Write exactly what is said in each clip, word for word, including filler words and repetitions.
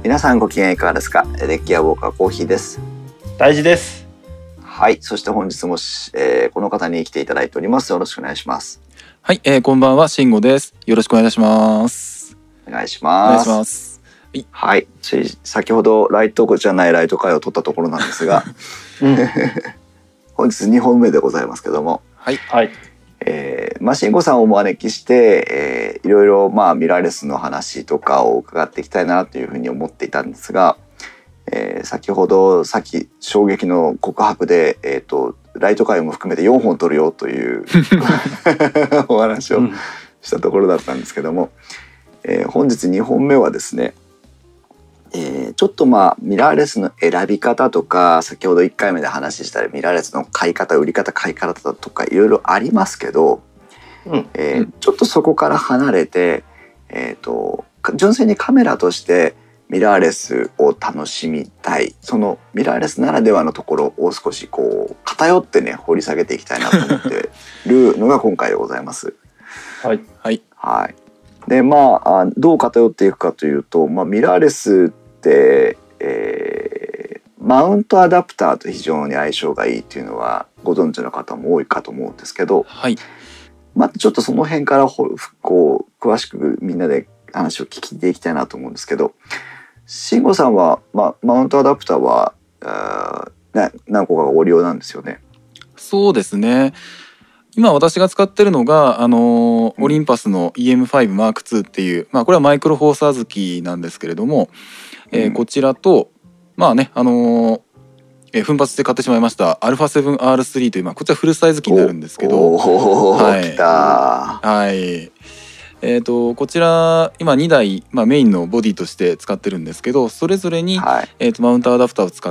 皆さんご機嫌いかがですか。デッキやウォーカーコーヒーです。 大事です。 はい、そして本日も、えー、この方に来ていただいております。よろしくお願いします。 はい、えー、こんばんは、慎吾です。よろしくお願いします。 お願いします。お願いします。はい、はい、つい先ほどライトじゃないライト会を取ったところなんですが、うん、本日にほんめでございますけども、 はい、はい、 えー、まあ慎吾さんをお招きして、えー、いろいろまあミラーレスの話とかを伺っていきたいなというふうに思っていたんですが、えー、先ほどさっき衝撃の告白で、えーと、ライト会も含めてよんほん撮るよというお話をしたところだったんですけども、えー、本日にほんめはですね、えー、ちょっとまあミラーレスの選び方とか、先ほどいっかいめで話したミラーレスの買い方売り方買い方とかいろいろありますけど、うんえー、ちょっとそこから離れて、えーと、純粋にカメラとしてミラーレスを楽しみたい、そのミラーレスならではのところを少しこう偏ってね掘り下げていきたいなと思ってるのが今回でございます。 はいはいはい。でまあどう偏っていくかというと、まあ、ミラーレスって、えー、マウントアダプターと非常に相性がいいっていうのはご存知の方も多いかと思うんですけど、 はい、 まあ、ちょっとその辺からこう詳しくみんなで話を聞いていきたいなと思うんですけど、慎吾さんは、まあ、マウントアダプターはあー何個かがご利用なんですよね。 そうですね。今私が使ってるのが、あのー、オリンパスの イーエムファイブマークツー っていう、まあ、これはマイクロフォーサーズ機なんですけれども、えーうん、こちらとまあね、あのーえー、奮発して買ってしまいました アルファセブンアールスリー という、まあ、こちらフルサイズ機になるんですけど、 はい、来たはい、えー、とこちら今にだい、まあ、メインのボディとして使ってるんですけど、それぞれに、はいえー、とマウントアダプターを使って、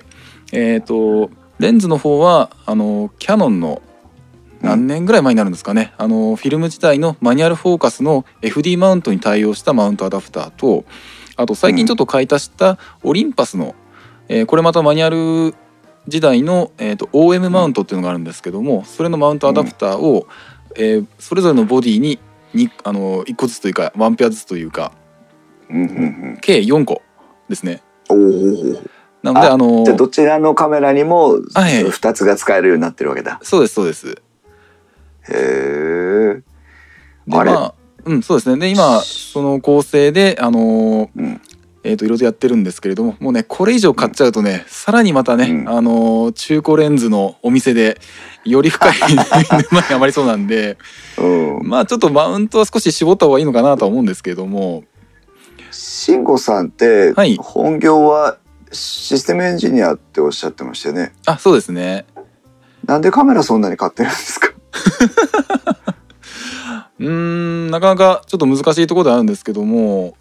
えー、とレンズの方はあのキヤノンの何年ぐらい前になるんですかね、あのフィルム自体のマニュアルフォーカスの エフディー マウントに対応したマウントアダプターと、あと最近ちょっと買い足したオリンパスの、えー、これまたマニュアル時代の、えー、と オーエム マウントっていうのがあるんですけども、それのマウントアダプターを、えー、それぞれのボディににあのいっこずつというかワンペアずつというか、計よんこですね。 おお。 なのであのじゃあどちらのカメラにもふたつが使えるようになってるわけだ。 そうですそうです。 へえ。 あれ、まあ、うんそうですね。で今その構成であのーうんえー、といろいろやってるんですけれども、もうねこれ以上買っちゃうとね、うん、さらにまたね、うん、あのー、中古レンズのお店でより深い沼にはまりそうなんで、うん、まあちょっとマウントは少し絞った方がいいのかなとは思うんですけれども。 慎吾さんって本業はシステムエンジニアっておっしゃってましたよね。 あ、そうですね。 なんでカメラそんなに買ってるんですか？ うーんなかなかちょっと難しいところであるんですけども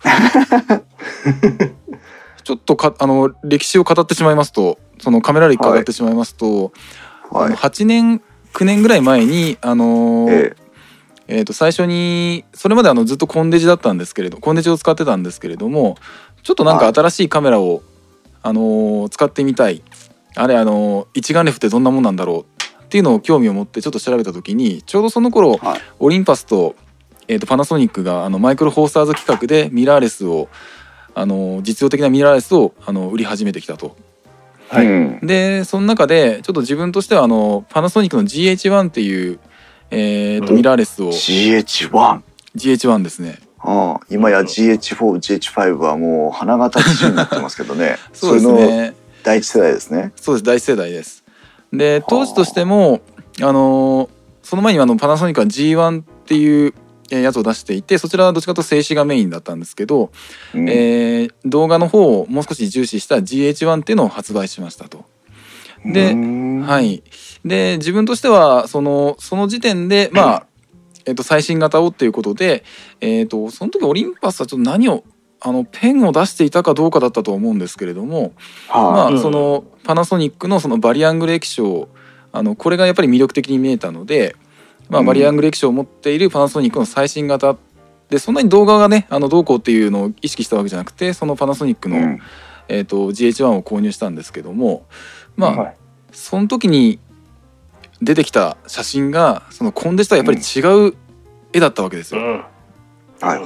ちょっとかあの歴史を語ってしまいますと、そのカメラ歴語ってしまいますと、はい、あのはちねんきゅうねんぐらい前にあのーえええー、と最初にそれまであのずっとコンデジだったんですけれどコンデジを使ってたんですけれども、ちょっとなんか新しいカメラを、あのー、使ってみたい、あれあのー、一眼レフってどんなもんなんだろうっていうのを興味を持ってちょっと調べた時に、ちょうどその頃、はい、オリンパスと、えー、とパナソニックがあのマイクロフォーサーズ規格でミラーレスをあの実用的なミラーレスをあの売り始めてきたと。はい、でその中でちょっと自分としてはあのパナソニックの ジーエイチワン っていう、えー、とミラーレスをジーエイチワンジーエイチワン ですね。 ああ今や ジーエイチフォー、ジーエイチファイブ はもう花形機種になってますけどね。 そうですね。 第一世代ですね。 そうです、第一世代です。で当時としてもあのその前にあのパナソニックは ジーワン っていうやつを出していて、そちらはどっちかというと静止がメインだったんですけど、うんえー、動画の方をもう少し重視した ジーエイチワン っていうのを発売しましたと。で、はい、で自分としてはそのその時点でまあ、えー、と最新型をっていうことで、えー、とその時オリンパスはちょっと何をあのペンを出していたかどうかだったと思うんですけれども、はあ、まあそのパナソニックのそのバリアングル液晶、あのこれがやっぱり魅力的に見えたので、まあ、バリアングル液晶を持っているパナソニックの最新型で、そんなに動画がねあのどうこうっていうのを意識したわけじゃなくて、そのパナソニックの、うんえー、と ジーエイチワン を購入したんですけども、まあ、はい、その時に出てきた写真がそのコンデジとはやっぱり違う絵だったわけですよ。うん、 はいはい。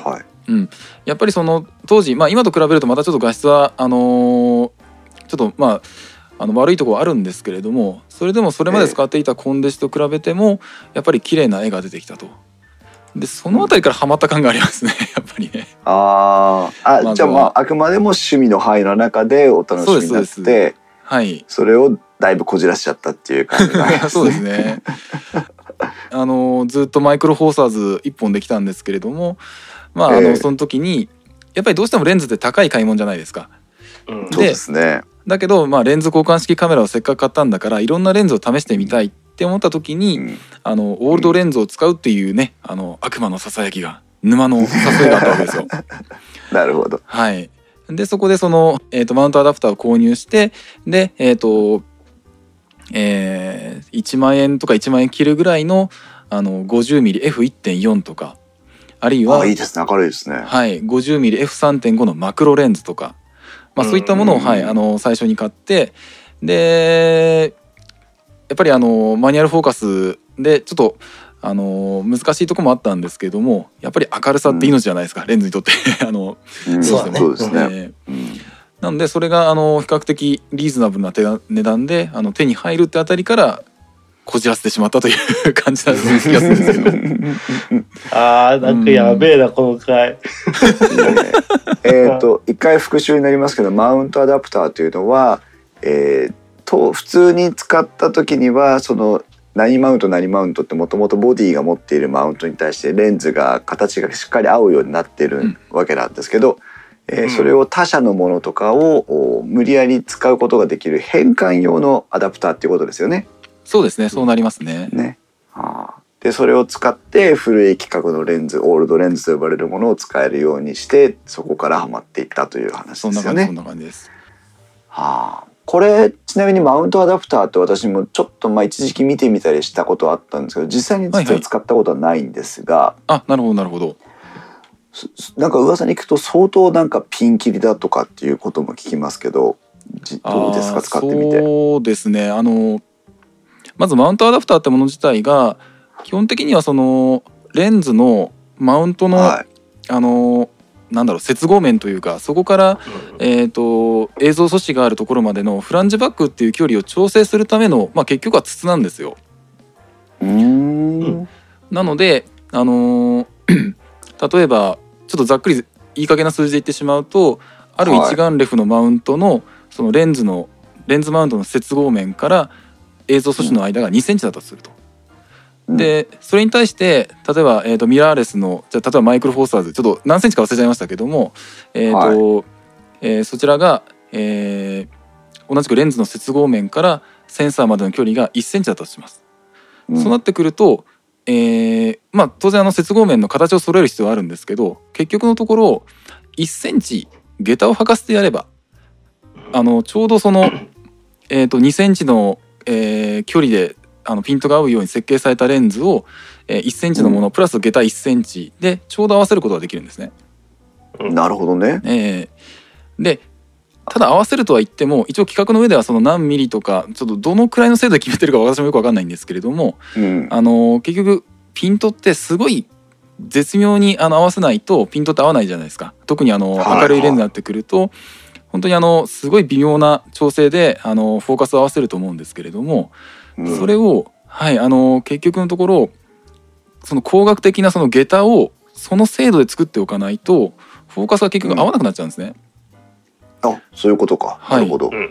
うん、やっぱりその当時、まあ、今と比べるとまたちょっと画質はあのーちょっとまああの悪いところはあるんですけれども、それでもそれまで使っていたコンデジと比べてもやっぱり綺麗な絵が出てきたと。でそのあたりからハマった感がありますねやっぱりね。 ああ、 まずはじゃあまああくまでも趣味の範囲の中でお楽しみになっそうでて、 はい、 それをだいぶこじらしちゃったっていう感じがありますね。 そうですね。あのずっとマイクロフォーサーズいっぽんできたんですけれども、まああの、 ええその時にやっぱりどうしてもレンズって高い買い物じゃないですか。 うんそうですね。 だけど、まあ、レンズ交換式カメラをせっかく買ったんだからいろんなレンズを試してみたいって思った時に、 うん、 あのオールドレンズを使うっていうね、あの悪魔のささやきが沼の誘いがあったわけですよ。 なるほど。 はい、でそこでその、えーと、マウントアダプターを購入してで、えーとえー、いちまんえんとかいちまんえん切るぐらいの, あの ごじゅうミリエフいってんよん とかあるいはあ、いいですね、明るいですね。 はい、ごじゅうミリエフさんてんご のマクロレンズとか、まあ、そういったものを、はい、あの最初に買って、でやっぱりあのマニュアルフォーカスでちょっとあの難しいところもあったんですけども、やっぱり明るさって命じゃないですか、うん、レンズにとってあの、 うん、 そうだね、 そうですね、 えーうん、 なのでそれがあの比較的リーズナブルな値段であの手に入るってあたりからこじらせてしまったという感じなんです気がするんですけどあーなんかやべえな、うん、この回えっと一回復習になりますけど、マウントアダプターというのは、えー、と普通に使った時にはその何マウント何マウントってもともとボディが持っているマウントに対してレンズが形がしっかり合うようになっているわけなんですけど、うん、えー、それを他社のものとかを無理やり使うことができる変換用のアダプターっていうことですよね。 そうですね、そうなりますね。 ね、はあ、でそれを使って古い規格のレンズ、オールドレンズと呼ばれるものを使えるようにしてそこからハマっていったという話ですよね。 そんな感じ、そんな感じです。 はあ、これちなみにマウントアダプターって私もちょっとまあ一時期見てみたりしたことはあったんですけど、実際に実は使ったことはないんですが、はいはい、あ、なるほどなるほど。 なんか噂に聞くと相当なんかピンキリだとかっていうことも聞きますけど、どうですか、使ってみて。 そうですね、あのまずマウントアダプターってもの自体が基本的にはそのレンズのマウントの、はい、あのなんだろう接合面というか、そこから、えーと映像素子があるところまでのフランジバックっていう距離を調整するための、まあ、結局は筒なんですよ。 うーん、 なので、あの例えばちょっとざっくりいい加減な数字で言ってしまうと、ある一眼レフのマウントのそのレンズのレンズマウントの接合面から映像素子の間がにセンチだとすると。でそれに対して例えば、えー、とミラーレスのじゃあ例えばマイクロフォーサーズちょっと何センチか忘れちゃいましたけども、えーとはいえー、そちらが、えー、同じくレンズの接合面からセンサーまでの距離がいっセンチだとします。うん、そうなってくると、えーまあ、当然あの接合面の形を揃える必要はあるんですけど、結局のところいっセンチ下駄を履かせてやればあのちょうどその、えー、とにセンチの、えー、距離であのピントが合うように設計されたレンズを、えー、いっセンチのものプラス下駄いっセンチでちょうど合わせることができるんですね。 なるほどね。 えー、でただ合わせるとは言っても一応規格の上ではその何ミリとかちょっとどのくらいの精度で決めてるか私もよく分かんないんですけれども、うん、あの結局ピントってすごい絶妙にあの合わせないとピントって合わないじゃないですか。特にあの明るいレンズになってくると、はいはい、本当にあのすごい微妙な調整であのフォーカスを合わせると思うんですけれども、うん、それを、はい、あの結局のところその工学的なその下駄をその精度で作っておかないとフォーカスが結局合わなくなっちゃうんですね。 うん、あ、そういうことか。なるほど。はい、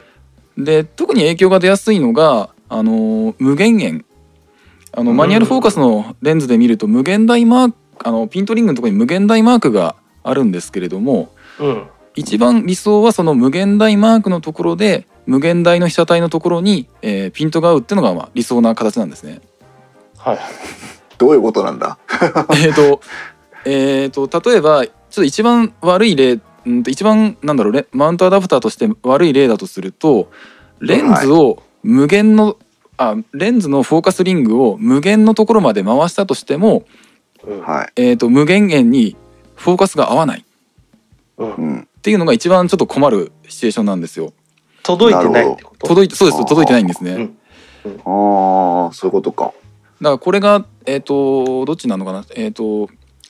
で特に影響が出やすいのがあの無限遠あのマニュアルフォーカスのレンズで見ると無限大マークあのピントリングのところに無限大マークがあるんですけれども、うん、一番理想はその無限大マークのところで無限大の被写体のところに、えー、ピントが合うっていうのがまあ理想な形なんですね。 はい。 どういうことなんだえっとえっと例えばちょっと一番悪い例、うんと一番なんだろうレマウントアダプターとして悪い例だとするとレンズを無限の、はい、あレンズのフォーカスリングを無限のところまで回したとしても、はい、えーと無限遠にフォーカスが合わない、うん、っていうのが一番ちょっと困るシチュエーションなんですよ。 届いてないってこと？ 届いてそうです届いてないんですね。うんうん、ああそういうことか。 だからこれがえっ、ー、とどっちなのかなえっ、ー、と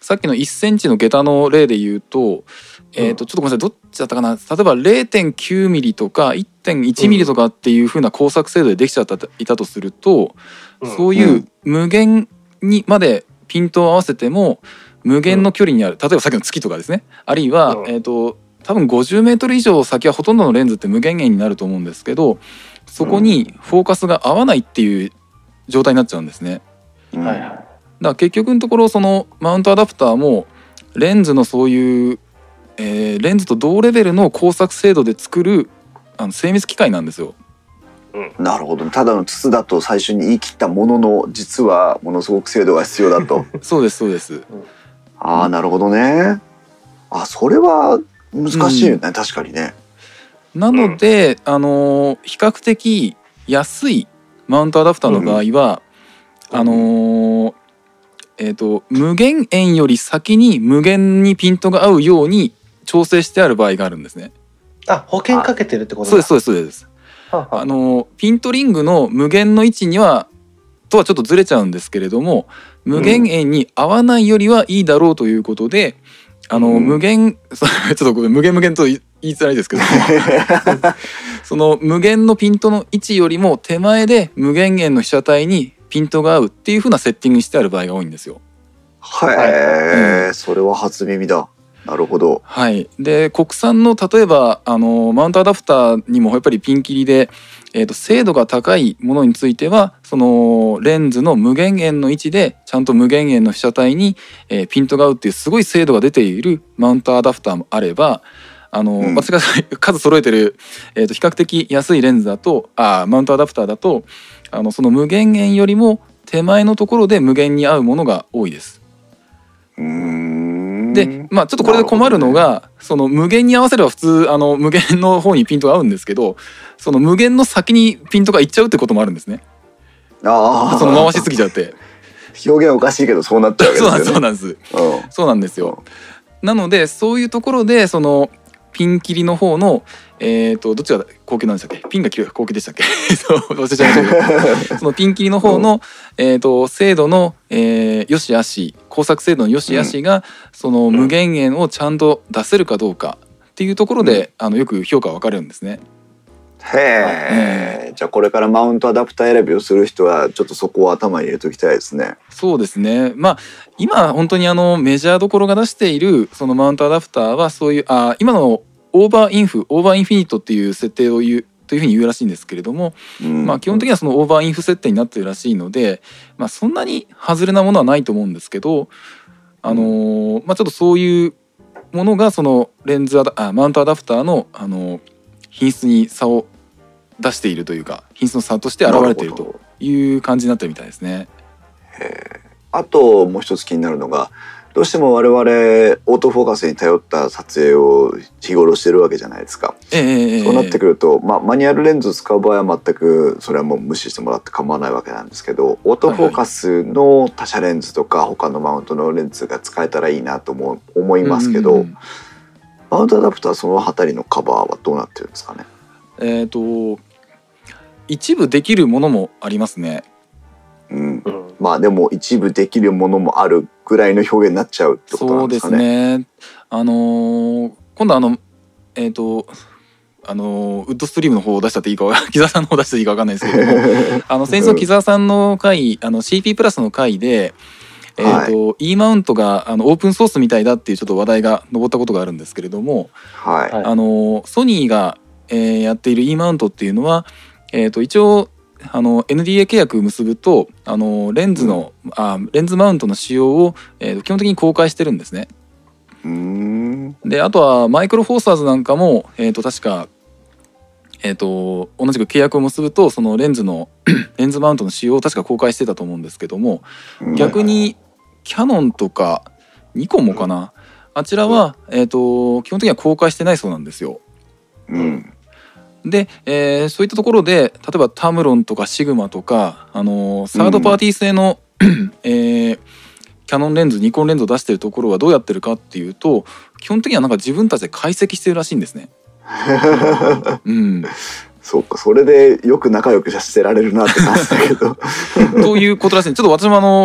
さっきのいっセンチの下駄の例で言うと、えー、とちょっとごめんなさいどっちだったかな、例えば れいてんきゅうミリとか いってんいちミリとかっていう風な工作精度でできちゃっていたとすると、 うん、 そういう無限にまでピントを合わせても無限の距離にある、例えばさっきの月とかですね、あるいは、うん、えー、と多分ごじゅうメートル以上先はほとんどのレンズって無限遠になると思うんですけど、そこにフォーカスが合わないっていう状態になっちゃうんですね。 うん、はいはい。 だから結局のところそのマウントアダプターもレンズのそういう、えー、レンズと同レベルの工作精度で作るあの精密機械なんですよ。 うん、なるほど。ただの筒だと最初に言い切ったものの実はものすごく精度が必要だと。 そうですそうです。 ああなるほどね。あそれは難しいよね、うん、確かにね。 なので、あのー、比較的安いマウントアダプターの場合は、うん、あのーえー、と無限遠より先に無限にピントが合うように調整してある場合があるんですね。 あ、保険かけてるってことだ。 そうですそうですそうです。ははあのー、ピントリングの無限の位置にはとはちょっとずれちゃうんですけれども、無限遠に合わないよりはいいだろうということで、あの、うん、無限ちょっと無限無限と言いづらいですけどその無限のピントの位置よりも手前で無限遠の被写体にピントが合うっていう風なセッティングにしてある場合が多いんですよ。 へえ、うん、それは初耳だ。なるほど。 はい。で国産の例えばあのマウントアダプターにもやっぱりピン切りで、えーと、精度が高いものについてはそのレンズの無限遠の位置でちゃんと無限遠の被写体に、えー、ピントが合うっていうすごい精度が出ているマウントアダプターもあれば、あの、うん、私が数揃えてる、えーと、比較的安いレンズだとあマウントアダプターだとあのその無限遠よりも手前のところで無限に合うものが多いです。 うーんでまあちょっとこれで困るのが、ね、その無限に合わせれば普通あの無限の方にピントが合うんですけど、その無限の先にピントがいっちゃうってこともあるんですね。 あその回しすぎちゃって表現おかしいけどそうなっちゃうわけですよね。 そうなんです、うん、そうなんですよ。なのでそういうところでそのピン切りの方のえーとどっちが後期なんでしたっけ、ピンが後期でしたっけそう忘れちゃいましたけどそのピン切りの方の、うん、えーと精度の、えー、よしあし工作精度のよしあしが、うん、その無限遠をちゃんと出せるかどうかっていうところで、うん、あのよく評価分かれるんですね。 へえ、じゃあこれからマウントアダプター選びをする人はちょっとそこを頭に入れておきたいですね。 そうですね。まあ今本当にあのメジャーどころが出しているそのマウントアダプターはそういうあ今のオーバーインフオーバーインフィニットっていう設定を言うというふうに言うらしいんですけれども、うん、まあ基本的にはそのオーバーインフ設定になっているらしいので、まあそんなに外れなものはないと思うんですけど、あのー、まあちょっとそういうものがそのレンズアダあマウントアダプターのあの品質に差を出しているというか品質の差として現れているという感じになってるみたいですね。 へあともう一つ気になるのが、どうしても我々オートフォーカスに頼った撮影を日頃してるわけじゃないですか。 えー、 そうなってくると、まあ、マニュアルレンズを使う場合は全くそれはもう無視してもらって構わないわけなんですけど、オートフォーカスの他社レンズとか他のマウントのレンズが使えたらいいなと思思いますけど、うんうんうん、マウントアダプターそのあたりのカバーはどうなってるんですかね。 えーと一部できるものもありますね。 うん、まあでも一部できるものもあるぐらいの表現になっちゃうってことなんですかね。 そうですね。あのー、今度あのえっ、ー、とあのウッドストリームの方を出しちゃっていいか木澤さんの方を出していいか分かんないですけどもあの先日の木澤さんの回あの シーピー プラスの回で、えーとはい、E マウントがあのオープンソースみたいだっていうちょっと話題が上ったことがあるんですけれども、 はい、 あのソニーが、えー、やっている E マウントっていうのは、えーと一応あの エヌディーエー 契約結ぶとあのレンズの、うん、あレンズマウントの仕様を、えー、基本的に公開してるんですね。 うーんであとはマイクロフォーサーズなんかも、えー、と確か、えー、と同じく契約を結ぶとそのレンズのレンズマウントの仕様を確か公開してたと思うんですけども、うん、逆にキャノンとかニコンもかな、あちらは、えー、と基本的には公開してないそうなんですよ。 うんで、えー、そういったところで例えばタムロンとかシグマとか、あのー、サードパーティー製の、うんえー、キャノンレンズニコンレンズを出しているところはどうやってるかっていうと基本的にはなんか自分たちで解析してるらしいんですね。うん、 そうか、それでよく仲良くしてられるなって感じだけどということらしい。ちょっと私もあの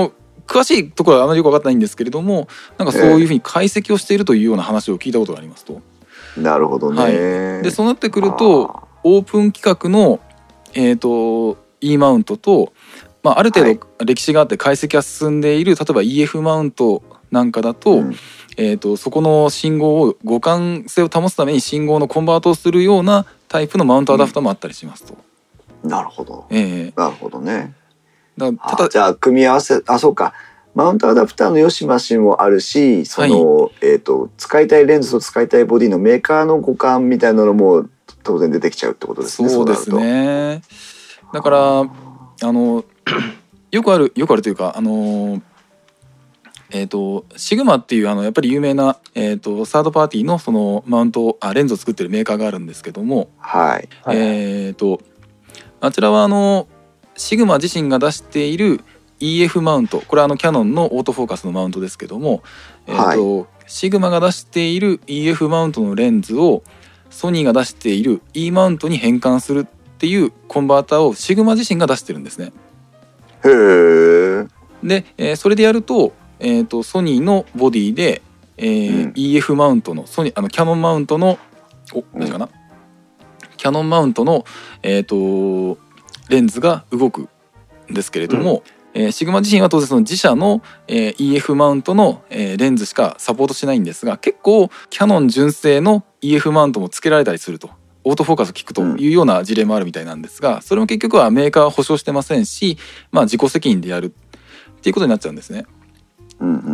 詳しいところはあまりよく分かってないんですけれども、なんかそういうふうに解析をしているというような話を聞いたことがありますと。 なるほどね、 はい、でそうなってくるとオープン規格の、えー、と E マウントと、まあ、ある程度歴史があって解析が進んでいる、例えば イーエフ マウントなんかだと、うんえー、とそこの信号を互換性を保つために信号のコンバートをするようなタイプのマウントアダプターもあったりしますと。 うん、なるほど、 えー、 なるほどね。 だただじゃあ組み合わせ、あそうか、マウントアダプターの良し悪しもあるし、その、はいえー、と使いたいレンズと使いたいボディのメーカーの互換みたいなのも当然出てきちゃうってことですね。 そうですね。だからあのよくあるよくあるというかあのえー、とシグマっていうあのやっぱり有名な、えー、とサードパーティーのそのマウントあレンズを作ってるメーカーがあるんですけども、 はいえー、とあちらはあのシグマ自身が出している イーエフ マウント、これはあのキヤノンのオートフォーカスのマウントですけども、えーとはい、シグマが出している イーエフ マウントのレンズをソニーが出している E マウントに変換するっていうコンバーターをシグマ自身が出してるんですね。 へー。で、 えー、それでやるとえー、とソニーのボディで、えーうん、イーエフ マウントのソニーあのキヤノンマウントのお大丈夫かな、うん、キヤノンマウントの、えー、とレンズが動くんですけれども、うんえー、シグマ自身は当然その自社の、えー、イーエフ マウントの、えー、レンズしかサポートしないんですが、結構キヤノン純正の イーエフ マウントもつけられたりすると、オートフォーカスを効くというような事例もあるみたいなんですが、それも結局はメーカーは保証してませんし、まあ、自己責任でやるっていうことになっちゃうんですね。 うんうんうんうん、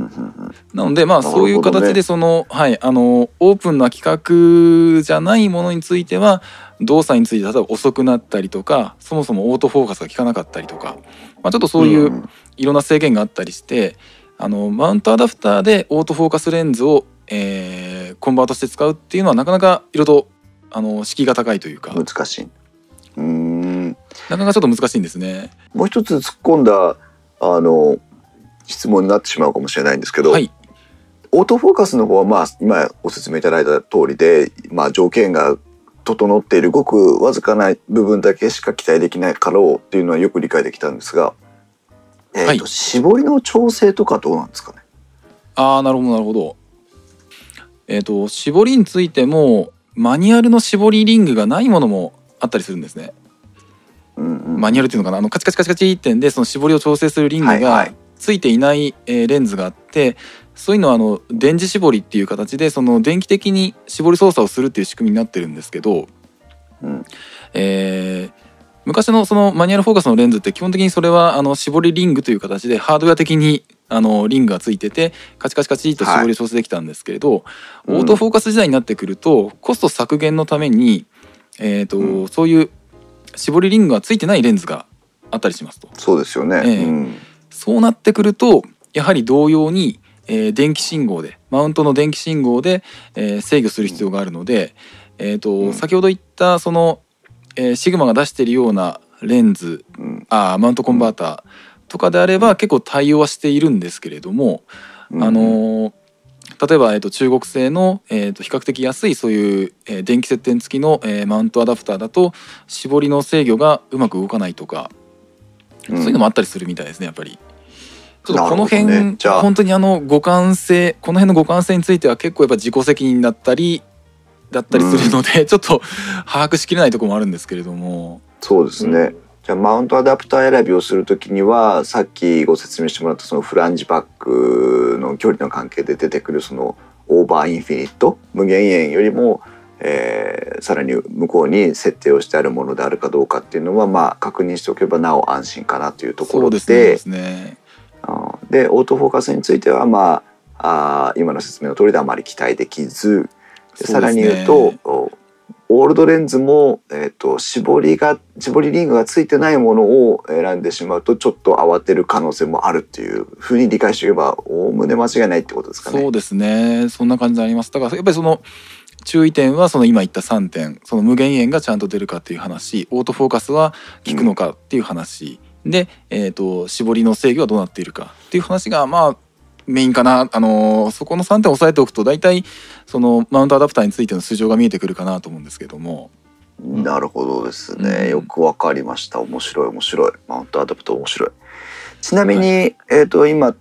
なのでまあそういう形でその、はいあのオープンな規格じゃないものについては動作について例えば遅くなったりとか、そもそもオートフォーカスが効かなかったりとか、まあ、ちょっとそういういろんな制限があったりして、うん、あのマウントアダプターでオートフォーカスレンズを、えー、コンバートして使うっていうのはなかなかいろいろとあの敷居が高いというか難しい。うーんなかなかちょっと難しいんですね。 もう一つ突っ込んだあの質問になってしまうかもしれないんですけど、はい、オートフォーカスの方はまあ今ご説明いただいた通りで、まあ、条件が整っているごくわずかな部分だけしか期待できないからっていうのはよく理解できたんですが、えーとはい、絞りの調整とかどうなんですかね。 あーなるほどなるほど。えーと絞りについてもマニュアルの絞りリングがないものもあったりするんですね。うんうん、マニュアルっていうのかな、あのカチカチカチカチってんでその絞りを調整するリングが、はいはいついていない、えー、レンズがあって、そういうのはあの電磁絞りっていう形でその電気的に絞り操作をするっていう仕組みになってるんですけど、うんえー、昔のそのマニュアルフォーカスのレンズって基本的にそれはあの絞りリングという形でハードウェア的にあのリングがついててカチカチカチと絞り調整できたんですけれど、はいうん、オートフォーカス時代になってくるとコスト削減のために、えーとうん、そういう絞りリングがついてないレンズがあったりしますと。 そうですよね、 えーうんそうなってくるとやはり同様に、えー、電気信号でマウントの電気信号で、えー、制御する必要があるので、えーとうん、先ほど言ったその、えー、シグマが出しているようなレンズ、うん、あマウントコンバーターとかであれば結構対応はしているんですけれども、うん、あのー、例えば、えーと、中国製の、えーと、比較的安いそういう、えー、電気接点付きの、えー、マウントアダプターだと絞りの制御がうまく動かないとか、うん、そういうのもあったりするみたいですねやっぱり。ちょっとこの辺、ね、本当にあの互換性この辺の互換性については結構やっぱ自己責任だったりだったりするので、うん、ちょっと把握しきれないところもあるんですけれども。 そうですね、うん、じゃあマウントアダプター選びをするときにはさっきご説明してもらったそのフランジバックの距離の関係で出てくるそのオーバーインフィニット無限円よりも、えー、さらに向こうに設定をしてあるものであるかどうかっていうのはまあ確認しておけばなお安心かなというところで。 そうですね。 でオートフォーカスについては、まあ、あ今の説明の通りであまり期待できず、でさらに言うとオールドレンズも、えー、と絞りが絞りリングがついてないものを選んでしまうとちょっと慌てる可能性もあるっていうふうに理解しておけばおおむね間違いないってことですかね。 そうですね、そんな感じになります。だからやっぱりその注意点はその今言ったさんてん、その無限円がちゃんと出るかっていう話、オートフォーカスは効くのかっていう話、うんで、えー、と絞りの制御はどうなっているかっていう話がまあメインかな。あのー、そこのさんてんを押さえておくと大体そのマウントアダプターについての素性が見えてくるかなと思うんですけども。 なるほどですね、うん、よくわかりました。面白い面白いマウントアダプター面白い。ちなみに、はい、えー、と今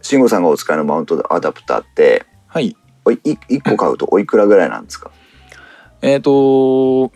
慎吾さんがお使いのマウントアダプターってはいおいいいっこ買うとおいくらぐらいなんですか？ えっ、と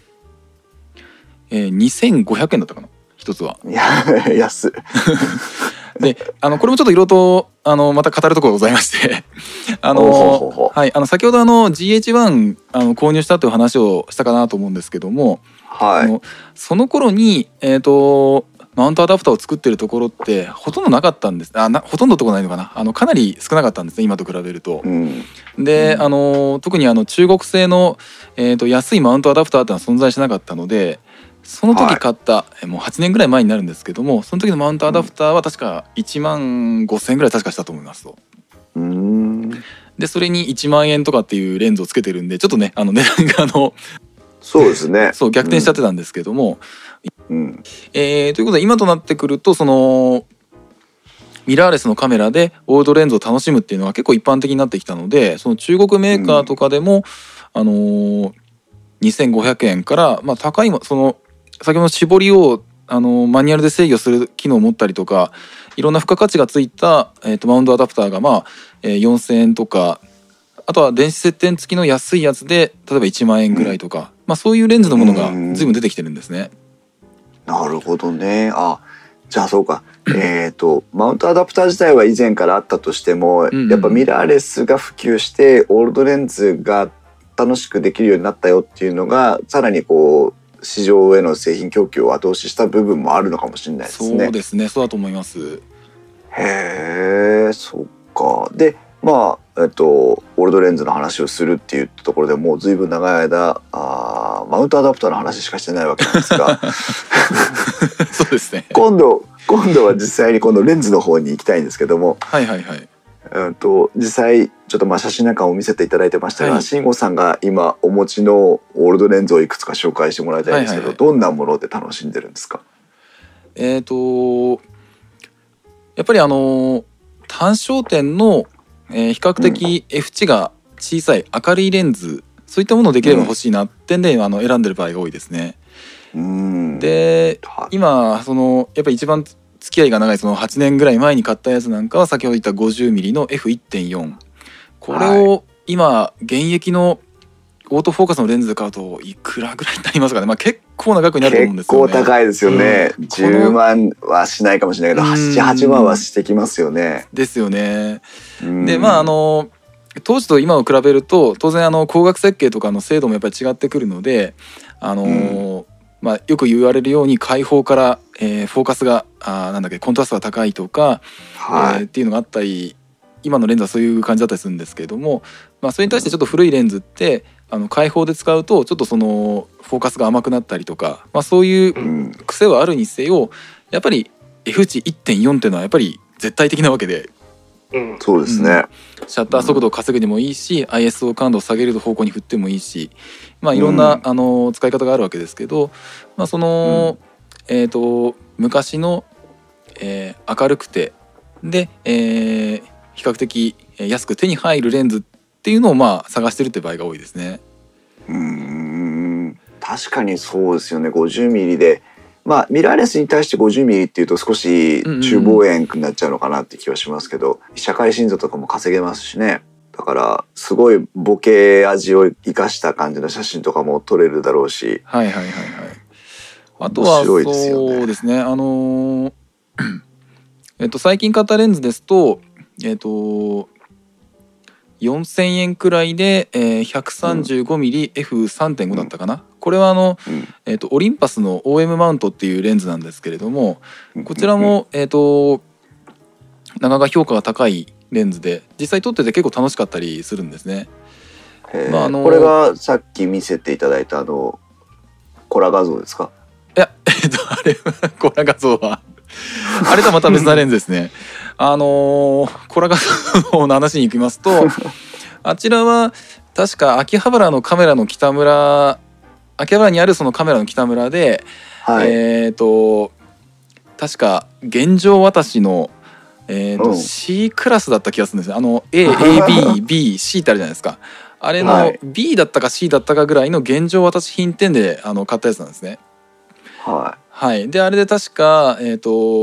えー、にせんごひゃくえんだったかな一つは。 いや安っであのこれもちょっといろいろとあのまた語るところございましてあのほうほうほうほうはいあの先ほどあの ジーエイチワン あの購入したという話をしたかなと思うんですけども、 はいあのその頃にえっ、とマウントアダプターを作ってるところってほとんどなかったんです。あなほとんどとこないのかな、あのかなり少なかったんですね今と比べると。 うんで、あの特にあの中国製の、えー、と安いマウントアダプターってのは存在しなかったので、その時買った、えもうはちねんぐらい前になるんですけども、その時のマウントアダプターは確かいちまんごせんえんぐらい確かしたと思いますと。 うーんでそれにいちまんえんとかっていうレンズをつけてるんでちょっとねあの値段があのそうですねそう逆転しちゃってたんですけども、 うんえーということで今となってくるとそのミラーレスのカメラでオールドレンズを楽しむっていうのは結構一般的になってきたので、その中国メーカーとかでも、あのーにせんごひゃくえんから、まあ、高いもその先ほどの絞りを、あのーマニュアルで制御する機能を持ったりとかいろんな付加価値がついた、えーとマウントアダプターが、まあえーよんせんえんとか、あとは電子接点付きの安いやつで例えばいちまんえんぐらいとか、まあ、そういうレンズのものが随分出てきてるんですね。 なるほどね。あじゃあそうかえっとマウントアダプター自体は以前からあったとしても、 うんうんやっぱミラーレスが普及してオールドレンズが楽しくできるようになったよっていうのがさらにこう市場への製品供給を後押しした部分もあるのかもしれないですね。 そうですね、そうだと思います。 へえそっか。でまあえっとオールドレンズの話をするっていうところでもうずいぶん長い間あマウントアダプターの話しかしてないわけなんですがそうですね。 今度今度は実際にこのレンズの方に行きたいんですけども、 はいはいはい。 うんと実際ちょっとまあ写真なんかを見せていただいてましたが、 はい慎吾さんが今お持ちのオールドレンズをいくつか紹介してもらいたいんですけど、 はいはいはいどんなもので楽しんでるんですか？ えーとやっぱりあの単焦点の、えー比較的 F 値が小さい明るいレンズ、そういったものをできれば欲しいなって点で、あの選んでる場合が多いですね。 うんではい今そのやっぱり一番付き合いが長いそのはちねんぐらい前に買ったやつなんかは先ほど言った ごじゅうミリ の エフいってんよん、 これを今現役のオートフォーカスのレンズで買うといくらぐらいになりますかね。まあ結構な額になると思うんですよね。 結構高いですよね、 うんじゅうまんはしないかもしれないけどうんはち、はちまんはしてきますよね。 ですよね。 うんでまああの当時と今を比べると当然あの光学設計とかの精度もやっぱり違ってくるので、あのーまあ、よく言われるように開放から、えーフォーカスがあーなんだっけコントラストが高いとか、 はいえーっていうのがあったり、今のレンズはそういう感じだったりするんですけれども、まあ、それに対してちょっと古いレンズってあの開放で使うとちょっとそのフォーカスが甘くなったりとか、まあ、そういううん癖はあるにせよやっぱり F 値 いってんよん っていうのはやっぱり絶対的なわけで、 うん。 そうですね、 シャッター速度を稼ぐにもいいし、アイエスオー 感度を下げる方向に振ってもいいし、まあ、いろんな、 うんあの使い方があるわけですけど、まあ、その、えー、と昔の、えー明るくてで、えー比較的安く手に入るレンズっていうのをまあ探してるって場合が多いですね。 うーん確かにそうですよね。 ごじゅうミリ でまあミラーレスに対して ごじゅうミリ っていうと少し中望遠になっちゃうのかなって気はしますけど、社会心像とかも稼げますしね。だからすごいボケ味を生かした感じの写真とかも撮れるだろうし、 はいはいはいはい。あとは面白いですよねそうですね、あのーえっと最近買ったレンズですとえっとよんせんえんくらいで、えー、ひゃくさんじゅうごミリエフさんてんご だったかな、これはあの、 うんえっとオリンパスの オーエム マウントっていうレンズなんですけれども、こちらも、えっとなかなか評価が高いレンズで実際撮ってて結構楽しかったりするんですね。 へーまああのーこれがさっき見せていただいたあのコラ画像ですか？ いやえっとあれはコラ画像はあれとはまた別なレンズですね。あのー、コラ画像の話に行きますとあちらは確か秋葉原のカメラの北村秋葉原にあるそのカメラの北村で、 はい、 えっ、と確か現状私の、えーとうん C クラスだった気がするんですよ。あの エー、エービー、ビー、シー ってあるじゃないですか。あれのはいビー だったか シー だったかぐらいの現状私品店であの買ったやつなんですね。 ははい、であれで確か、えー、と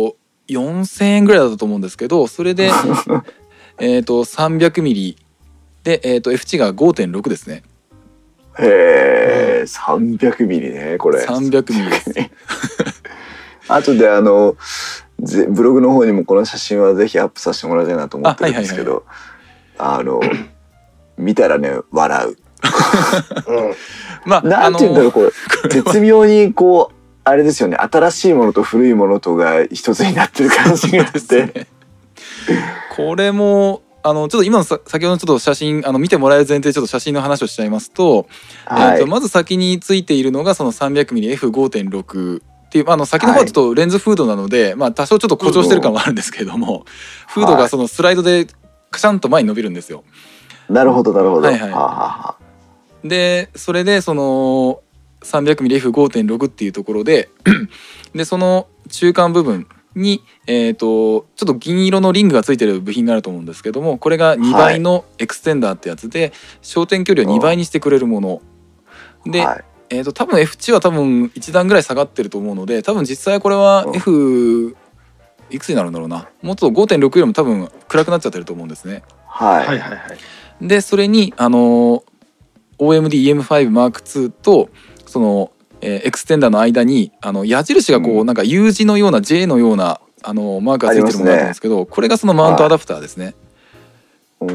よんせんえんぐらいだったと思うんですけど、それでえと さんびゃくミリ で、えー、と F 値が ごてんろく ですね。 へえ、さんびゃくミリねこれ。 さんびゃくミリです。 後であのブログの方にもこの写真はぜひアップさせてもらいたいなと思ってるんですけど、あ、はいはいはい、あの見たらね笑う。うん、まあなんていうんだろう、こう絶妙にこうあれですよね、新しいものと古いものとが一つになってる感じがして、ね、 これもあのちょっと今のさ先ほどのちょっと写真あの見てもらえる前提でちょっと写真の話をしちゃいますと、はい、えーとまず先についているのがその さんびゃくミリエフごてんろく っていうあの先の方はちょっとレンズフードなので、はい、まあ多少ちょっと誇張してる感はあるんですけれども、うん、フードがそのスライドでカシャンと前に伸びるんですよ。 なるほどなるほど。 はいはい、はははでそれでその さんびゃくミリエフごてんろく っていうところででその中間部分に、えー、とちょっと銀色のリングがついてる部品があると思うんですけども、これがにばいのエクステンダーってやつで、はい、焦点距離をにばいにしてくれるもので、はい、えー、と多分 F 値は多分いち段ぐらい下がってると思うので、多分実際これは F いくつになるんだろうな、もっと ごてんろく よりも多分暗くなっちゃってると思うんですね。 はい、はいはいはい。でそれにあの オーエムディーイーエムファイブマークツー とそのえー、エクステンダーの間にあの矢印がこう、うん、なんか U 字のような J のようなあのマークがついてるものだと思うんですけど、ね、これがそのマウントアダプターですね。はい、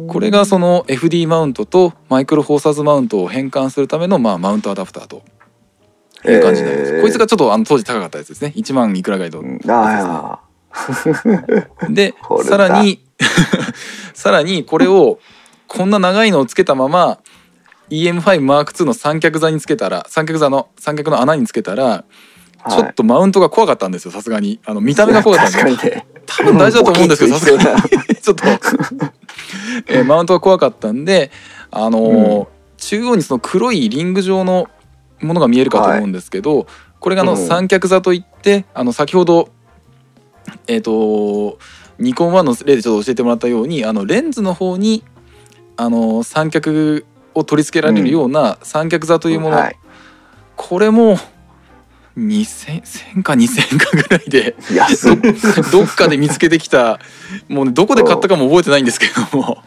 これがその エフディー マウントとマイクロフォーサーズマウントを変換するための、まあ、マウントアダプターという感じになります。えー、こいつがちょっとあの当時高かったやつですね。いちまんいくらぐらいの、ね、あでさらにさらにこれをこんな長いのをつけたままイーエムファイブマークツー の三脚座につけたら三脚座の三脚の穴につけたら、はい、ちょっとマウントが怖かったんですよ。さすがにあの見た目が怖かったんで、ね、多分大事だと思うんですけど、さすがにちょっと、えー、マウントが怖かったんで、あのーうん、中央にその黒いリング状のものが見えるかと思うんですけど、はい、これがあの三脚座といって、あの先ほどえっ、ー、とニコンワンの例でちょっと教えてもらったように、あのレンズの方にあの三脚を取り付けられるような三脚座というもの、うんはい、これもにせんかにせんえんかぐらいでど, どっかで見つけてきた、もう、ね、どこで買ったかも覚えてないんですけども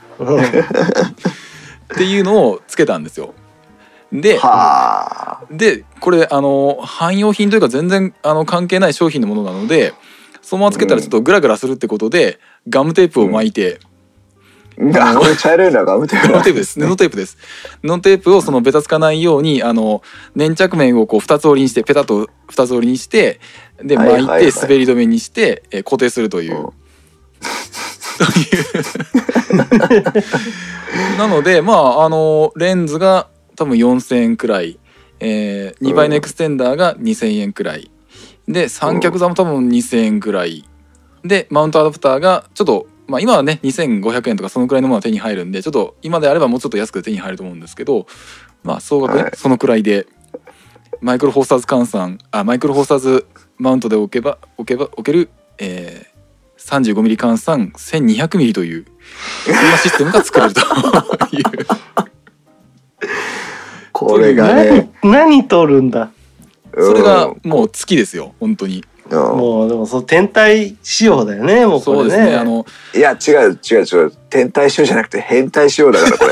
っていうのをつけたんですよ。で, でこれあの汎用品というか全然あの関係ない商品のものなので、そのままつけたらちょっとグラグラするってことで、うん、ガムテープを巻いて、 うん、あの茶色いのはガムテープ、 ガムテープです。布テープです。布テープをそのベタつかないように、あの粘着面をこう二つ折りにして、ペタッと二つ折りにして、で巻いて滑り止めにして、え固定するという。というなのでまああのレンズが多分よんせんえんくらい、えー、にばいのエクステンダーがにせんえんくらいで、三脚座も多分にせんえんくらいで、マウントアダプターがちょっとまあ今はねにせんごひゃくえんとかそのくらいのものが手に入るんで、ちょっと今であればもうちょっと安く手に入ると思うんですけど、まあ総額ね、はい、そのくらいでマイクロフォーサーズ換算あマイクロフォーサーズマウントで置けば置けば置ける、えー、さんじゅうごミリ 換算 せんにひゃくミリ というそんなシステムが作れるというこれがね、 何, 何撮るんだ。 それがもう月ですよ本当に。 もうでもそう天体仕様だよね、もうこれね。そうですね、あのいや違う違う違う天体仕様じゃなくて変態仕様だからこ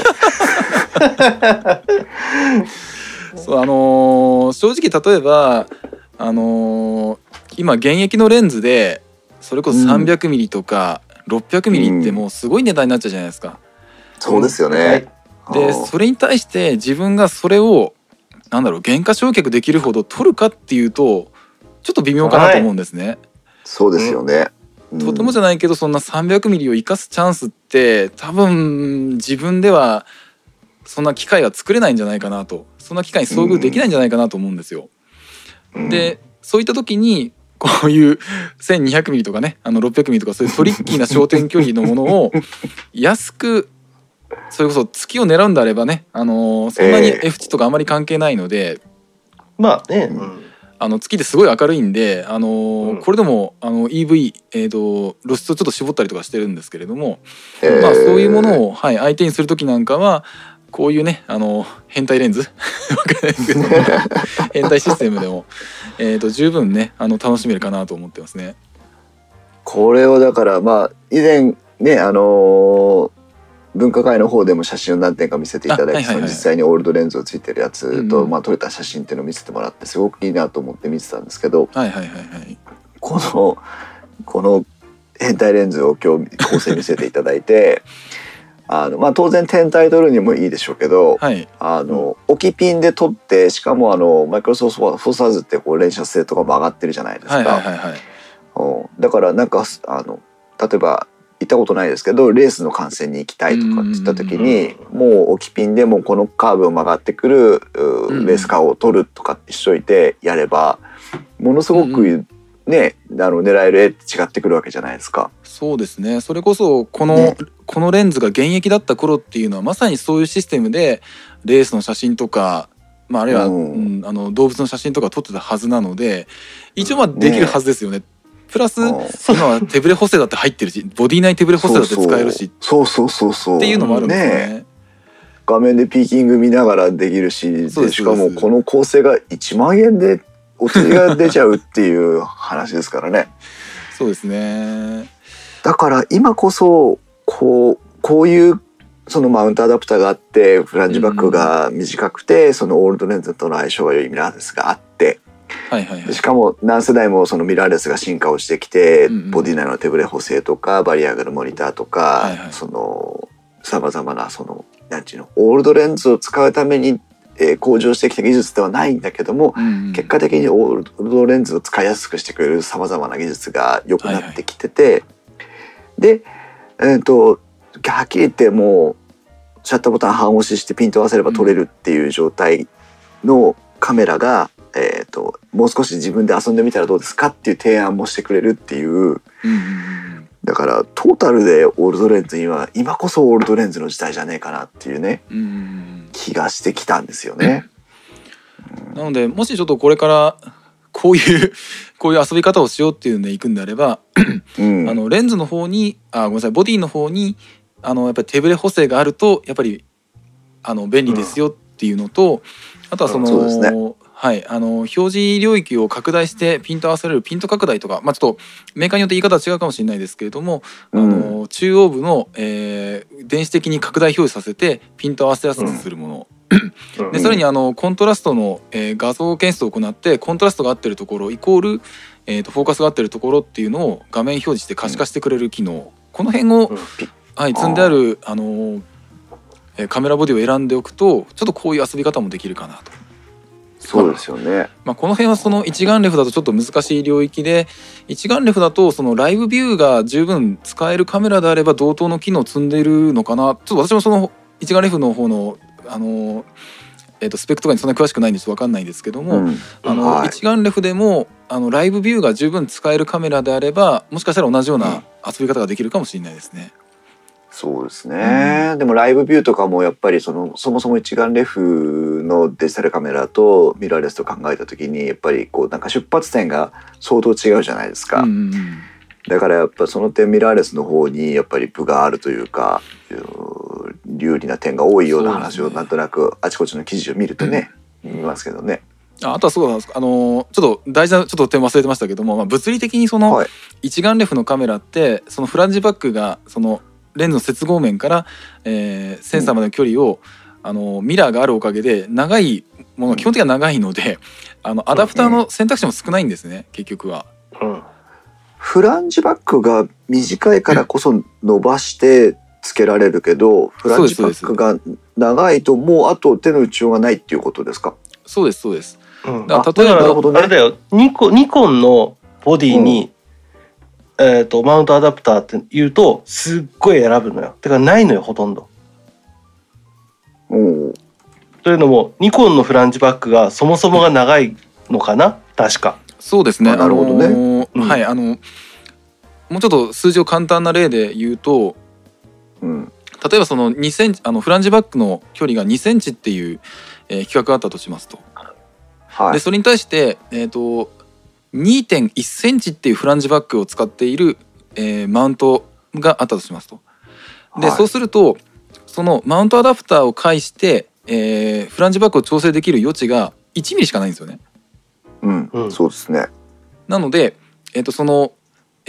れそうあのー、正直例えばあのー、今現役のレンズでそれこそ さんびゃくミリ とか ろっぴゃくミリ ってもうすごい値段になっちゃうじゃないですか、うん、 そうですよね。 でそれに対して自分がそれをなんだろう原価償却できるほど取るかっていうとちょっと微妙かなと思うんですね、はい、 そうですよね、 うん、とてもじゃないけどそんな さんびゃくミリ を生かすチャンスって多分自分ではそんな機会は作れないんじゃないかなと、そんな機会に遭遇できないんじゃないかなと思うんですよ、うん、でそういった時にこういう せんにひゃくミリ とかねあの ろっぴゃくミリ とかそういうトリッキーな焦点距離のものを安くそれこそ月を狙うんであればね、あのー、そんなに F 値とかあまり関係ないので、えー、 まあね、うん、 あの月ですごい明るいんで、あのーうん、これでもあの イーブイ、えーと、露出をちょっと絞ったりとかしてるんですけれども、えーまあ、そういうものを、はい、相手にする時なんかはこういうねあの変態レンズ変態システムでも、えーと十分ねあの楽しめるかなと思ってますね。 これをだからまあ以前ねあのー分科会の方でも写真を何点か見せていただいて、 はいはいはい、 その実際にオールドレンズをついてるやつと、 うん、 まあ、撮れた写真っていうのを見せてもらってすごくいいなと思って見てたんですけど、 はいはいはいはい、 このこの変態レンズを今日構成見せていただいてあの、まあ、当然天体撮るにもいいでしょうけど、 はい、 あの置きピンで撮ってしかもあのマイクロソフトフォーサーズってこう連射性とかも上がってるじゃないですか。 はいはいはいはい、 だからなんかあの例えば行ったことないですけどレースの観戦に行きたいとかって言った時にもう置きピンでもこのカーブを曲がってくるレースカーを取るとかってしといてやればものすごくね、うん、あの狙える絵って違ってくるわけじゃないですか。 そうですね。それこそこの、ね、このレンズが現役だった頃っていうのはまさにそういうシステムでレースの写真とか、まあ、あるいは、うんうん、あの動物の写真とか撮ってたはずなので一応まあできるはずですよね。ねプラス今は手ブレ補正だって入ってるしボディ内手ブレ補正だって使えるしそうそうそうそうっていうのもあるんですね。 ね画面でピーキング見ながらできるしでしかもこの構成がいちまんえんでお釣りが出ちゃうっていう話ですからね。 そうですね。 だから今こそこうこういうそのマウントアダプターがあってフランジバックが短くて、うん、そのオールドレンズとの相性が良いミラーレスがあって。 はいはいはい、 しかも何世代もそのミラーレスが進化をしてきて、うんうん、ボディ内の手ブレ補正とかバリアングルモニターとか、はいはい、そのさまざまなそのなんていうのオールドレンズを使うために、えー、向上してきた技術ではないんだけども、うんうん、結果的にオールドレンズを使いやすくしてくれるさまざまな技術が良くなってきてて、はいはい、で、えーと、はっきり言ってもうシャッターボタン半押ししてピント合わせれば撮れるっていう状態のカメラが、えーと、もう少し自分で遊んでみたらどうですかっていう提案もしてくれるっていう、うんうんうん、だからトータルでオールドレンズには今こそオールドレンズの時代じゃねえかなっていうね、うんうん、気がしてきたんですよね、 うん、なのでもしちょっとこれからこういうこういう遊び方をしようっていうんで行くんであれば、うん、あのレンズの方にあごめんなさいボディの方にあのやっぱり手ブレ補正があるとやっぱりあの便利ですよっていうのと、うん、あとはその、うん、そうですねはい、あの表示領域を拡大してピント合わせられるピント拡大とか、まあ、ちょっとメーカーによって言い方は違うかもしれないですけれども、うん、あの中央部の、えー、電子的に拡大表示させてピント合わせやすくするもの、うん、でさらにあのコントラストの、えー、画像検出を行ってコントラストが合ってるところイコール、えー、とフォーカスが合ってるところっていうのを画面表示して可視化してくれる機能、うん、この辺を、うんはい、積んであるあの、えー、カメラボディを選んでおくとちょっとこういう遊び方もできるかなと。 そうですよね、 まあ、この辺はその一眼レフだとちょっと難しい領域で一眼レフだとそのライブビューが十分使えるカメラであれば同等の機能を積んでいるのかな。ちょっと私もその一眼レフの方の、あの、えー、とスペックとかにそんなに詳しくないんでちょっと分かんないんですけども、うん、あのはい、一眼レフでもあのライブビューが十分使えるカメラであればもしかしたら同じような遊び方ができるかもしれないですね。 そうですね、うん、でもライブビューとかもやっぱりそのそもそも一眼レフのデジタルカメラとミラーレスと考えた時にやっぱりこうなんか出発点が相当違うじゃないですか、うんうんうん、だからやっぱその点ミラーレスの方にやっぱり分があるというか有利な点が多いような話をなんとなくあちこちの記事を見るとね、うん、見ますけどね。 あ, あとはそうなんですか、あのちょっと大事なちょっと点忘れてましたけども、まあ、物理的にその一眼レフのカメラってそのフランジバックがそのレンズの接合面から、えー、センサーまでの距離を、うん、あのミラーがあるおかげで長いもの基本的には長いのであのアダプターの選択肢も少ないんですね、うん、結局は、うん、 フランジバックが短いからこそ伸ばしてつけられるけど、うん、フランジバックが長いともうあと手の打ちようがないっていうことですか。 そうですそうです、 うん、だから例えば、ね、あれだよニコ、ニコンのボディに、うんえー、とマウントアダプターって言うとすっごい選ぶのよ。てかないのよほとんど。 おというのもニコンのフランジバックがそもそもが長いのかな確か。 そうですね。 なるほどね。あのーうん、はいあのもうちょっと数字を簡単な例で言うと、うん、例えばそのにセンチあのフランジバックの距離がにセンチっていう、えー、規格があったとしますと。はい、でそれに対して、えーとにてんいちセンチっていうフランジバックを使っている、えー、マウントがあったとしますと。で、はい、そうするとそのマウントアダプターを介して、えー、フランジバックを調整できる余地がいちミリしかないんですよね。 うん、うん、そうですね。 なので、えーとその、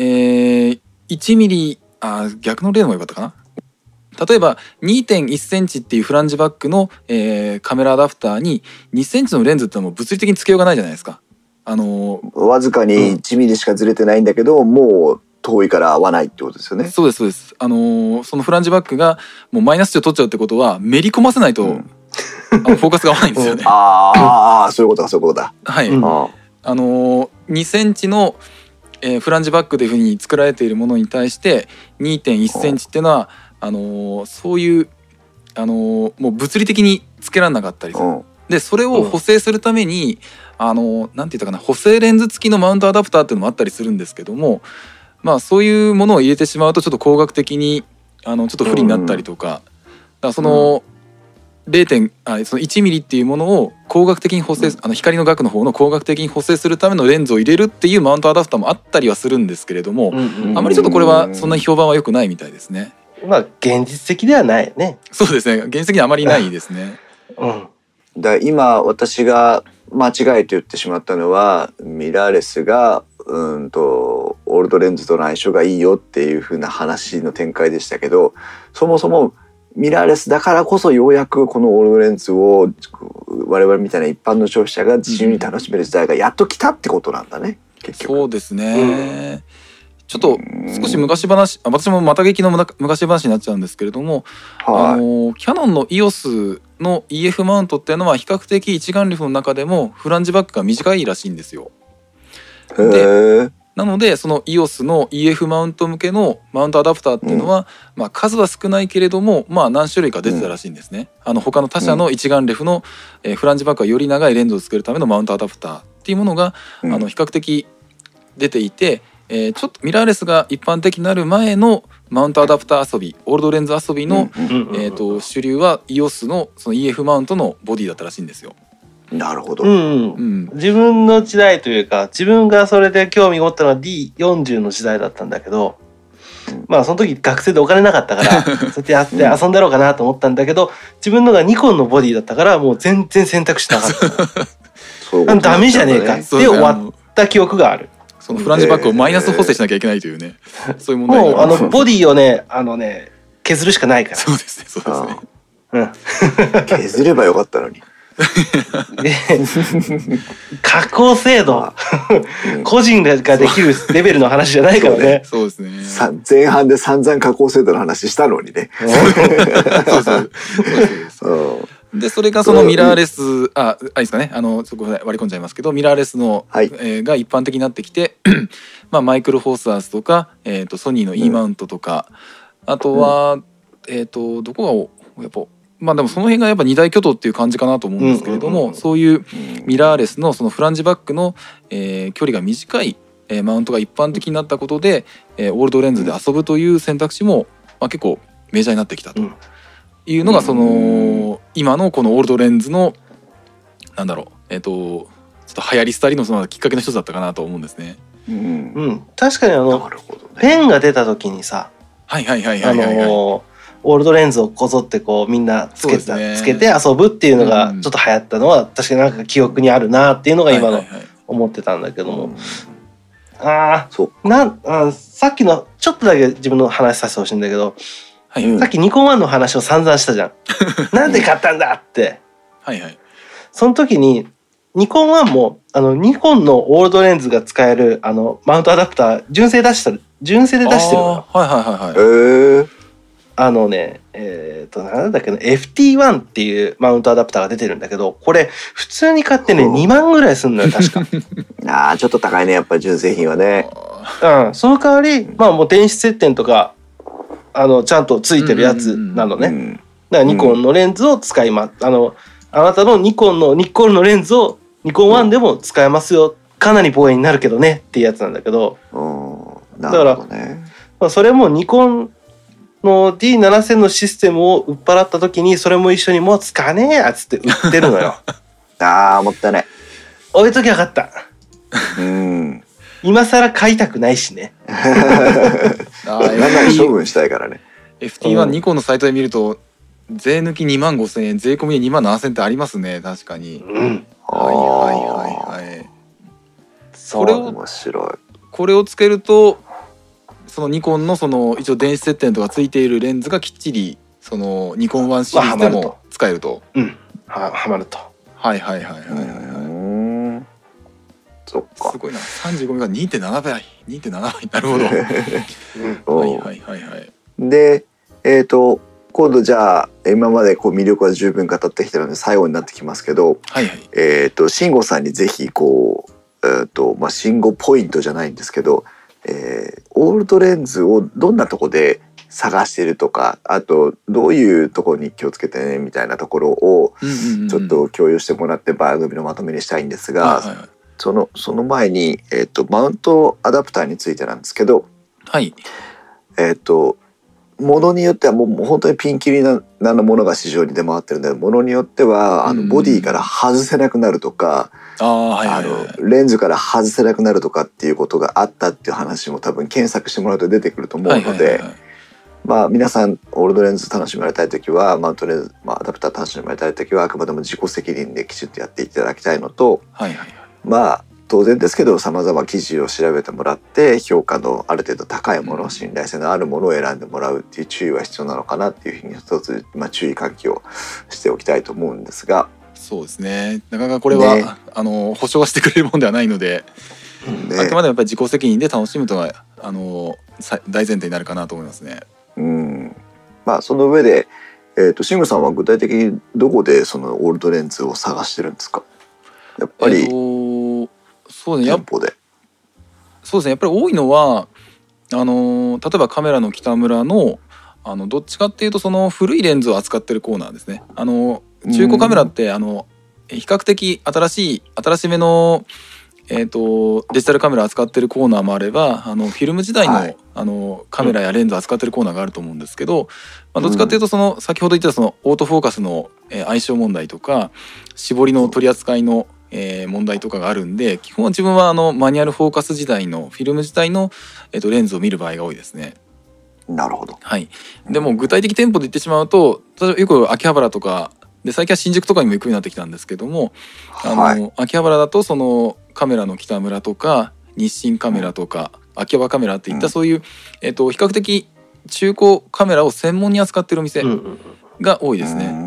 えー、いちミリあ逆の例でもよかったかな。例えば にてんいちセンチっていうフランジバックの、えー、カメラアダプターににセンチのレンズってのも物理的につけようがないじゃないですか。あのー、 わずかにいちミリしかずれてないんだけど、うん、もう遠いから合わないってことですよね。 そうですそうです。あのー、そのフランジバックがもうマイナス値を取っちゃうってことはめり込ませないと、うん、あのフォーカスが合わないんですよね。 ああそういうことかそういうことだ。 はい。うん、あのー、にセンチのえー、フランジバックというふうに作られているものに対して にてんいちセンチっていうのはあのー、そういう、あのー、もう物理的につけられなかったりする。でそれを補正するために、あのー、なんて言ったかな、補正レンズ付きのマウントアダプターっていうのもあったりするんですけども、まあそういうものを入れてしまうとちょっと工学的にあのちょっと不利になったりとか、だからその、うんれいてんあそのいちミリっていうものを光学的に補正、うん、あの光の額の方の光学的に補正するためのレンズを入れるっていうマウントアダプターもあったりはするんですけれども、うんうん、あまりちょっとこれはそんなに評判は良くないみたいですね。 まあ現実的ではないね。 そうですね、現実的にはあまりないですね。 うん、だ今私が間違えと言ってしまったのはミラーレスがうんとオールドレンズとの相性がいいよっていう風な話の展開でしたけど、そもそもミラーレスだからこそようやくこのオールドレンズを我々みたいな一般の消費者が自由に楽しめる時代がやっと来たってことなんだね、結局。 そうですね、うん、ちょっと少し昔話、私もまた劇の昔話になっちゃうんですけれども、はい、あのキヤノンの イーオーエス の イーエフ マウントっていうのは比較的一眼レフの中でもフランジバックが短いらしいんですよ。でなのでその イーオーエス の イーエフ マウント向けのマウントアダプターっていうのは、うん、まあ数は少ないけれども、まあ何種類か出てたらしいんですね。うん、あの他の他社の一眼レフの、えー、フランジバックがより長いレンズをつけるためのマウントアダプターっていうものが、うん、あの比較的出ていて、えー、ちょっとミラーレスが一般的になる前のマウントアダプター遊び、オールドレンズ遊びの、えーと主流は イーオーエス のその イーエフ マウントのボディだったらしいんですよ。 なるほど、 うんうん、自分の時代というか自分がそれで興味を持ったのは ディーよんじゅう の時代だったんだけど、うん、まあその時学生でお金なかったからそうやってやって遊んだろうかなと思ったんだけど、自分のがニコンのボディだったからもう全然選択肢なかったダメじゃねえかって終わった記憶がある。 そのフランジバックをマイナス補正しなきゃいけないというね、えー、そういう問題がもうあのボディをねあのね削るしかないから。 そうですねそうですね、 うん、削ればよかったのにで加工精度個人ができるレベルの話じゃないからね。 そうですね。 前半で散々加工精度の話したのにね。 そうそうそうでそれがそのミラーレス、あ、あいいですかね、あのそこ割り込んじゃいますけど、ミラーレスの、はい、えー、が一般的になってきてまあマイクロフォーサーズとか、えー、とソニーの E マウントとか、うん、あとは、うん、えっ、ー、とどこがやっぱまあでもその辺がやっぱ二大巨頭っていう感じかなと思うんですけれども、そういうミラーレスのそのフランジバックの、えー、距離が短い、えー、マウントが一般的になったことで、えー、オールドレンズで遊ぶという選択肢も、まあ、結構メジャーになってきたというのがその今のこのオールドレンズのなんだろう、えっとちょっと流行り廃りのそのきっかけの一つだったかなと思うんですね。 うん、うん、確かにあの、ね、ペンが出た時にさ、 はいはいはいはいはい、はい、 あのーオールドレンズをこぞってこうみんなつけた、ね、つけて遊ぶっていうのがちょっと流行ったのは確かになんか記憶にあるなっていうのが今の思ってたんだけども、ああなあさっきのちょっとだけ自分の話させてほしいんだけど、はいはい、さっきニコンワンの話を散々したじゃんなんで買ったんだってはい、はい、 その時にニコンワンもあのニコンのオールドレンズが使えるあのマウントアダプター純正出した純正で出してるのよ。 はいはいはいはい。 へーあのね、えっと、なんだっけな、エフティーワン っていうマウントアダプターが出てるんだけど、これ、普通に買ってね、にまんぐらいすんのよ、確か。 ああ、ちょっと高いね、やっぱり純正品はね。 うん、その代わり、まあもう電子接点とか、あの、ちゃんとついてるやつなのね。うんうん、だからニコンのレンズを使います。あの、あなたのニコンの、ニッコールのレンズをニコンワンでも使えますよ。かなり防衛になるけどねっていうやつなんだけど。 うん、なるほどね。 だから、まあ、それもニコン、の ディーななせん のシステムを売っ払った時にそれも一緒にもう使わねえやっつって売ってるのよあーもったいない。 置いときゃよかった。 うん今更買いたくないしねあなんなら処分したいからね。 エフティーワン ニコンのサイトで見ると税抜きにまんごせんえん、税込みでにまんななせんえんってありますね。確かに、 うん、 はいはいはいはい。 これを面白い。 これをつけるとそのニコンのその一応電子接点とかついているレンズがきっちりそのニコンワンシリーズでも使えると。 うん、ははまると。 はいはいはいはいはいはい。 そっか。 すごいな。さんじゅうごメガ にてんなな 倍、にてんなな 倍。なるほど。はいはいはいはい。 で、えっと今度じゃあ今までこう魅力は十分語ってきたので最後になってきますけど、 はいはい。 えっと慎吾さんにぜひこうえっとまあ慎吾ポイントじゃないんですけど、えー、オールドレンズをどんなとこで探してるとか、あとどういうところに気をつけてねみたいなところをちょっと共有してもらって番組のまとめにしたいんですが、はいはいはい、そのその前に、えー、とマウントアダプターについてなんですけど、 はい、 えっ、とものによってはもう、もう本当にピンキリななものが市場に出回ってるんで、ものによってはあのボディから外せなくなるとか、あ、はいはいはい、あのレンズから外せなくなるとかっていうことがあったっていう話も多分検索してもらうと出てくると思うので、はいはいはいはい、まあ、皆さんオールドレンズ楽しまれたいときはマウントレンズ、まあ、アダプター楽しまれたいときはあくまでも自己責任できちっとやっていただきたいのと、はいはいはい、まあ当然ですけどさまざま記事を調べてもらって評価のある程度高いもの、信頼性のあるものを選んでもらうっていう注意は必要なのかなっていうふうに一つ、まあ、注意喚起をしておきたいと思うんですが、 そうですね、なかなかこれは、ね、あの保証はしてくれるもんではないので、ね、あくまでもやっぱり自己責任で楽しむとはあの大前提になるかなと思いますね。 うん、まあその上で、えーと、慎吾さんは具体的にどこでそのオールドレンズを探してるんですか？やっぱり、えーとそうですね、 店舗で。 そうですね、やっぱり多いのはあの例えばカメラの北村のあのどっちかっていうとその古いレンズを扱ってるコーナーですね。あの中古カメラってあの比較的新しい新しめのえー、とデジタルカメラ扱ってるコーナーもあれば、あのフィルム時代 の,、はい、あのカメラやレンズ扱ってるコーナーがあると思うんですけど、まあ、どっちかっていうとその先ほど言ったそのオートフォーカスの相性問題とか絞りの取り扱いのえ問題とかがあるんで、基本は自分はあのマニュアルフォーカス時代のフィルム自体の、えー、とレンズを見る場合が多いですね。 なるほど。 はい。でも具体的店舗で言ってしまうと、例えばよく秋葉原とかで最近は新宿とかにも行くようになってきたんですけども、あの、はい、秋葉原だとそのカメラの北村とか日清カメラとか、うん、秋葉カメラっていったそういう、うん、えー、と比較的中古カメラを専門に扱ってるお店が多いですね。うん、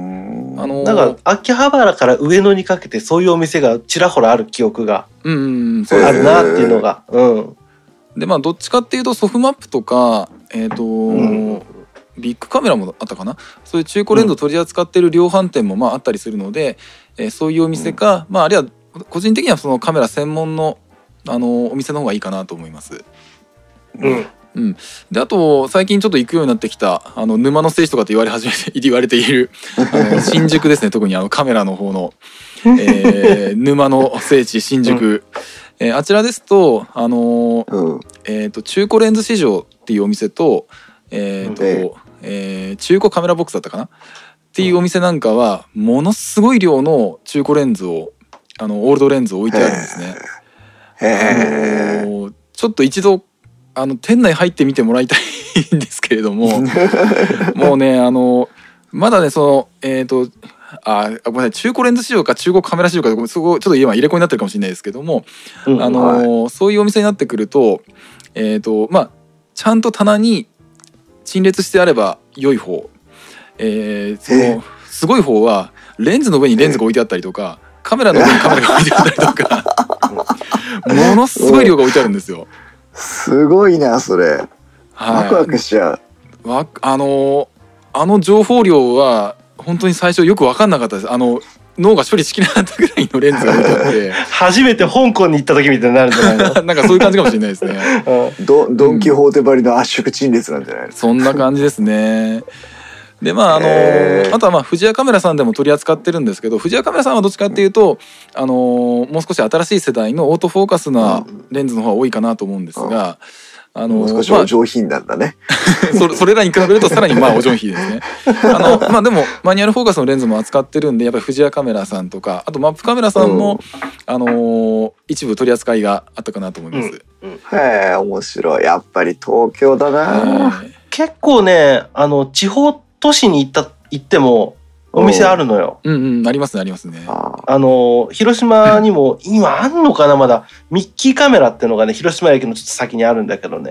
あのー、なんか秋葉原から上野にかけてそういうお店がちらほらある記憶があるなっていうのが、うん、 でまあどっちかっていうとソフマップとかえっ、ー、と、うん、ビッグカメラもあったかな、そういう中古レンズを取り扱っている量販店もまああったりするので、えー、そういうお店か、うん、まああるいは個人的にはそのカメラ専門のあのお店の方がいいかなと思います。うんうん、であと最近ちょっと行くようになってきたあの沼の聖地とかって言われ始めて言われているあの新宿ですね。特にあのカメラの方の、えー、沼の聖地新宿、うん、えー、あちらですとあのーうん、えー、と中古レンズ市場っていうお店と、えーとえーえー、中古カメラボックスだったかなっていうお店なんかはものすごい量の中古レンズをあのオールドレンズを置いてあるんですね。へー、あのー、ちょっと一度あの店内入ってみてもらいたいんですけれどももうねあのまだねそのえっ、ー、とあごめんなさい、中古レンズ市場か中古カメラ市場かそこちょっと今入れ子になってるかもしれないですけども、うん、あの、はい、そういうお店になってくるとえっ、ー、とまあちゃんと棚に陳列してあれば良い方、えー、そのすごい方はレンズの上にレンズが置いてあったりとかカメラの上にカメラが置いてあったりとかものすごい量が置いてあるんですよ。 すごいなそれ、はい、ワクワクしちゃう。 わあのあの情報量は本当に最初よく分かんなかったです。あの脳が処理しきれなかったぐらいのレンズが置いてあって初めて香港に行った時みたいになるんじゃないのなんかそういう感じかもしれないですねド, ドンキホーテばりの圧縮陳列なんじゃないの、うん、 そんな感じですね。でまああのー、あとはまあ富士屋カメラさんでも取り扱ってるんですけど、富士屋カメラさんはどっちかっていうと、あのー、もう少し新しい世代のオートフォーカスなレンズの方が多いかなと思うんですが、 あのー、もう少しお上品なんだね、 まあ、そ, それらに比べるとさらにまあお上品ですねあの、まあ、でもマニュアルフォーカスのレンズも扱ってるんでやっぱり富士屋カメラさんとかあとマップカメラさんも、うん、あのー、一部取り扱いがあったかなと思います、 うんうん、へえ面白い。やっぱり東京だな。 結構ねあの地方都市に行った行ってもお店あるのよ。 うんうんありますねありますね。 あの広島にも今あんのかなまだミッキーカメラってのがね広島駅のちょっと先にあるんだけどね。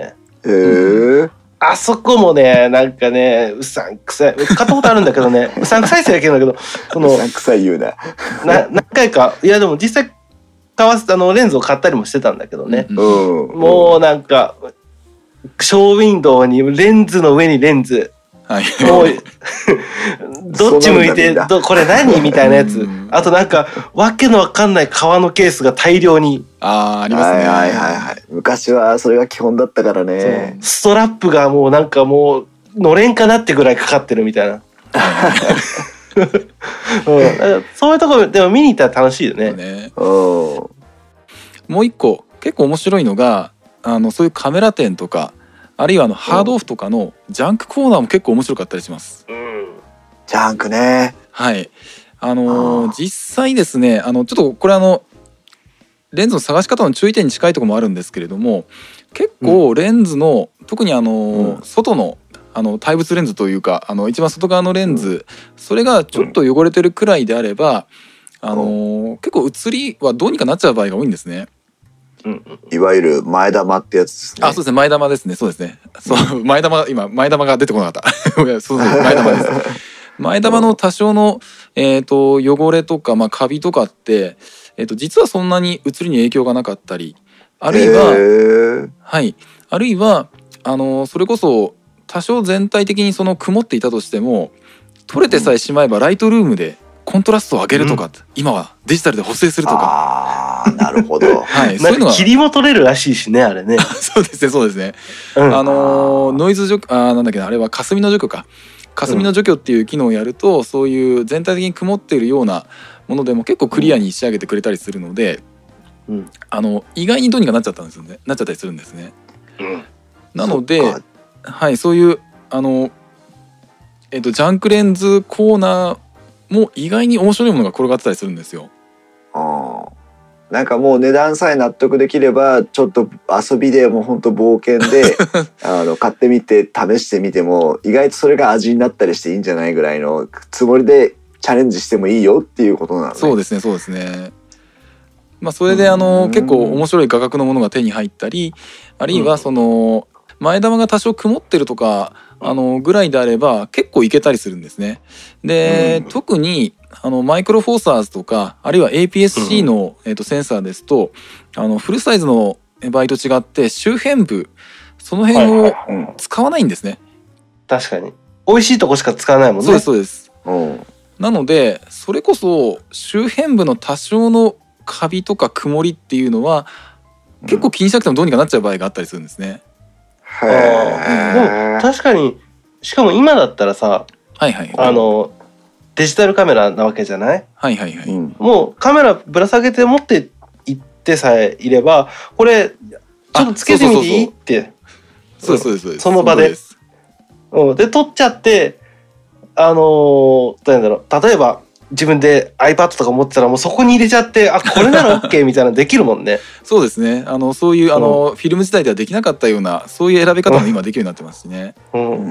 へー、 あそこもねなんかねうさんくさい買ったことあるんだけどねうさんくさいって言うだけだけどそのうさんくさい言うなな何回かいやでも実際買わせあのレンズを買ったりもしてたんだけどね、 うん、 もうなんかショーウィンドウにレンズの上にレンズ、はい、もうどっち向いてどこれ何みたいなやつあとなんかわけのわかんない革のケースが大量にあありますね、 はいはいはいはい、昔はそれが基本だったからね。 ストラップがもうなんかもう乗れんかなってぐらいかかってるみたいなうん、そういうところでも見に行ったら楽しいよね。 ねもう一個結構面白いのがあのそういうカメラ店とかあるいはあのハードオフとかのジャンクコーナーも結構面白かったりします。 うん、 ジャンクね。 はいあのー、実際ですねあのちょっとこれあのレンズの探し方の注意点に近いところもあるんですけれども結構レンズの、うん、特にあのーうん、外のあの対物レンズというかあの一番外側のレンズ、うん、それがちょっと汚れてるくらいであれば、うん、あのー、結構写りはどうにかなっちゃう場合が多いんですね。 うん、いわゆる前玉ってやつですね。 あ、そうですね、前玉ですね。そうですね。そう前玉今前玉が出てこなかった。そうそう前玉です。前玉の多少のえっと汚れとかまあカビとかってえっと実はそんなに写りに影響がなかったり、あるいははいあるいはあのそれこそ多少全体的にその曇っていたとしても取れてさえしまえばライトルームでコントラストを上げるとか、うん、今はデジタルで補正するとか。 あーなるほど。 はい、そういうのが霧も取れるらしいしねあれね。 そうですねそうですね。うん、あのノイズ除去あなんだっけなあれは霞の除去か霞の除去っていう機能をやると、うん、そういう全体的に曇っているようなものでも結構クリアに仕上げてくれたりするので、うん、あの意外にどうにかなっちゃったんですよねなっちゃったりするんですね。うん、なのではいそういうあのえっとジャンクレンズコーナーも意外に面白いものが転がってたりするんですよ。 あなんかもう値段さえ納得できればちょっと遊びでもうほんと冒険であの買ってみて試してみても意外とそれが味になったりしていいんじゃないぐらいのつもりでチャレンジしてもいいよっていうことなのね。 そうですねそうですね。まあそれであの結構面白い価格のものが手に入ったりあるいはその前玉が多少曇ってるとかあのぐらいであれば結構いけたりするんですね。で、うん、特にあのマイクロフォーサーズとかあるいは エーピーエスシー の、うん、えーとセンサーですとあのフルサイズの場合と違って周辺部その辺を使わないんですね。はいはいうん、確かに美味しいとこしか使わないもんね。 そうですそうです、うん、なのでそれこそ周辺部の多少のカビとか曇りっていうのは結構気にしなくてもどうにかなっちゃう場合があったりするんですね。 うん、でも確かにしかも今だったらさ、 はいはいはい、 あのデジタルカメラなわけじゃない？ はいはいはい。 もうカメラぶら下げて持って行ってさえいればこれちょっとつけてみていいってそうですそうですその場でうんで撮っちゃってあのー、どうなんだろう例えば自分で iPad とか持ってたらもうそこに入れちゃってあこれなら OK みたいなのできるもんね。 そうですねあのそういうあの、うん、フィルム時代ではできなかったようなそういう選び方も今できるようになってますしね。うんうん、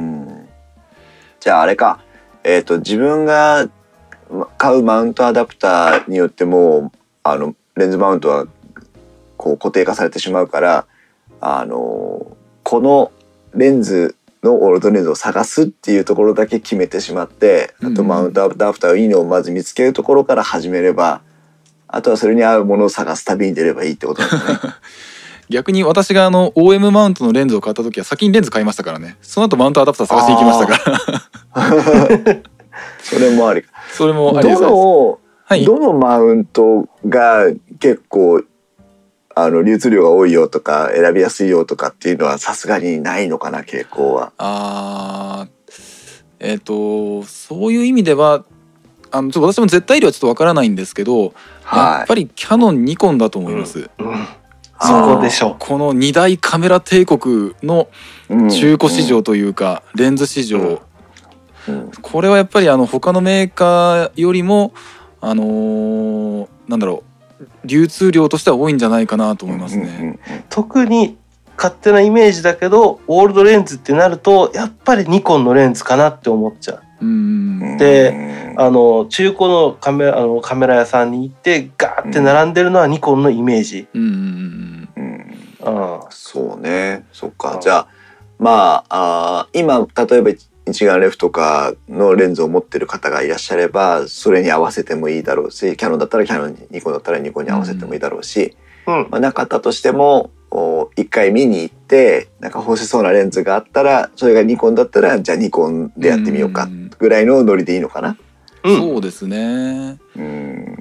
じゃああれかえーと、自分が買うマウントアダプターによってもあのレンズマウントはこう固定化されてしまうからあのこのレンズのオールドレンズを探すっていうところだけ決めてしまってあとマウントアダプターをいいのをまず見つけるところから始めればあとはそれに合うものを探す旅に出ればいいってことなんですね。 逆に私があの オーエム マウントのレンズを買った時は先にレンズ買いましたからね。その後マウントアダプター探しに行きましたからそれもありそれもありです。 どの、はい、どのマウントが結構あの流通量が多いよとか選びやすいよとかっていうのはさすがにないのかな傾向は。 あえっ、ー、とそういう意味ではあのちょっと私も絶対量はちょっとわからないんですけど、はい、やっぱりキヤノンニコンだと思います。うんうんそこでしょう。 この二大カメラ帝国の中古市場というか、うん、レンズ市場、うん、これはやっぱりあの他のメーカーよりもあのー、なんだろう流通量としては多いんじゃないかなと思いますね。うんうんうん、 特に勝手なイメージだけどオールドレンズってなるとやっぱりニコンのレンズかなって思っちゃう。うんであの中古のカメラ、あのカメラ屋さんに行ってガーって並んでるのはニコンのイメージ。うんうんうん、そうねそっかじゃあまあ、あ今例えば一眼レフとかのレンズを持ってる方がいらっしゃればそれに合わせてもいいだろうし、キャノンだったらキャノンに、ニコンだったらニコンに合わせてもいいだろうし、 うん、 まあ、なかったとしても一回見に行ってなんか欲しそうなレンズがあったらそれがニコンだったらじゃあニコンでやってみようかぐらいのノリでいいのかな。 うん、そうですね。 うん、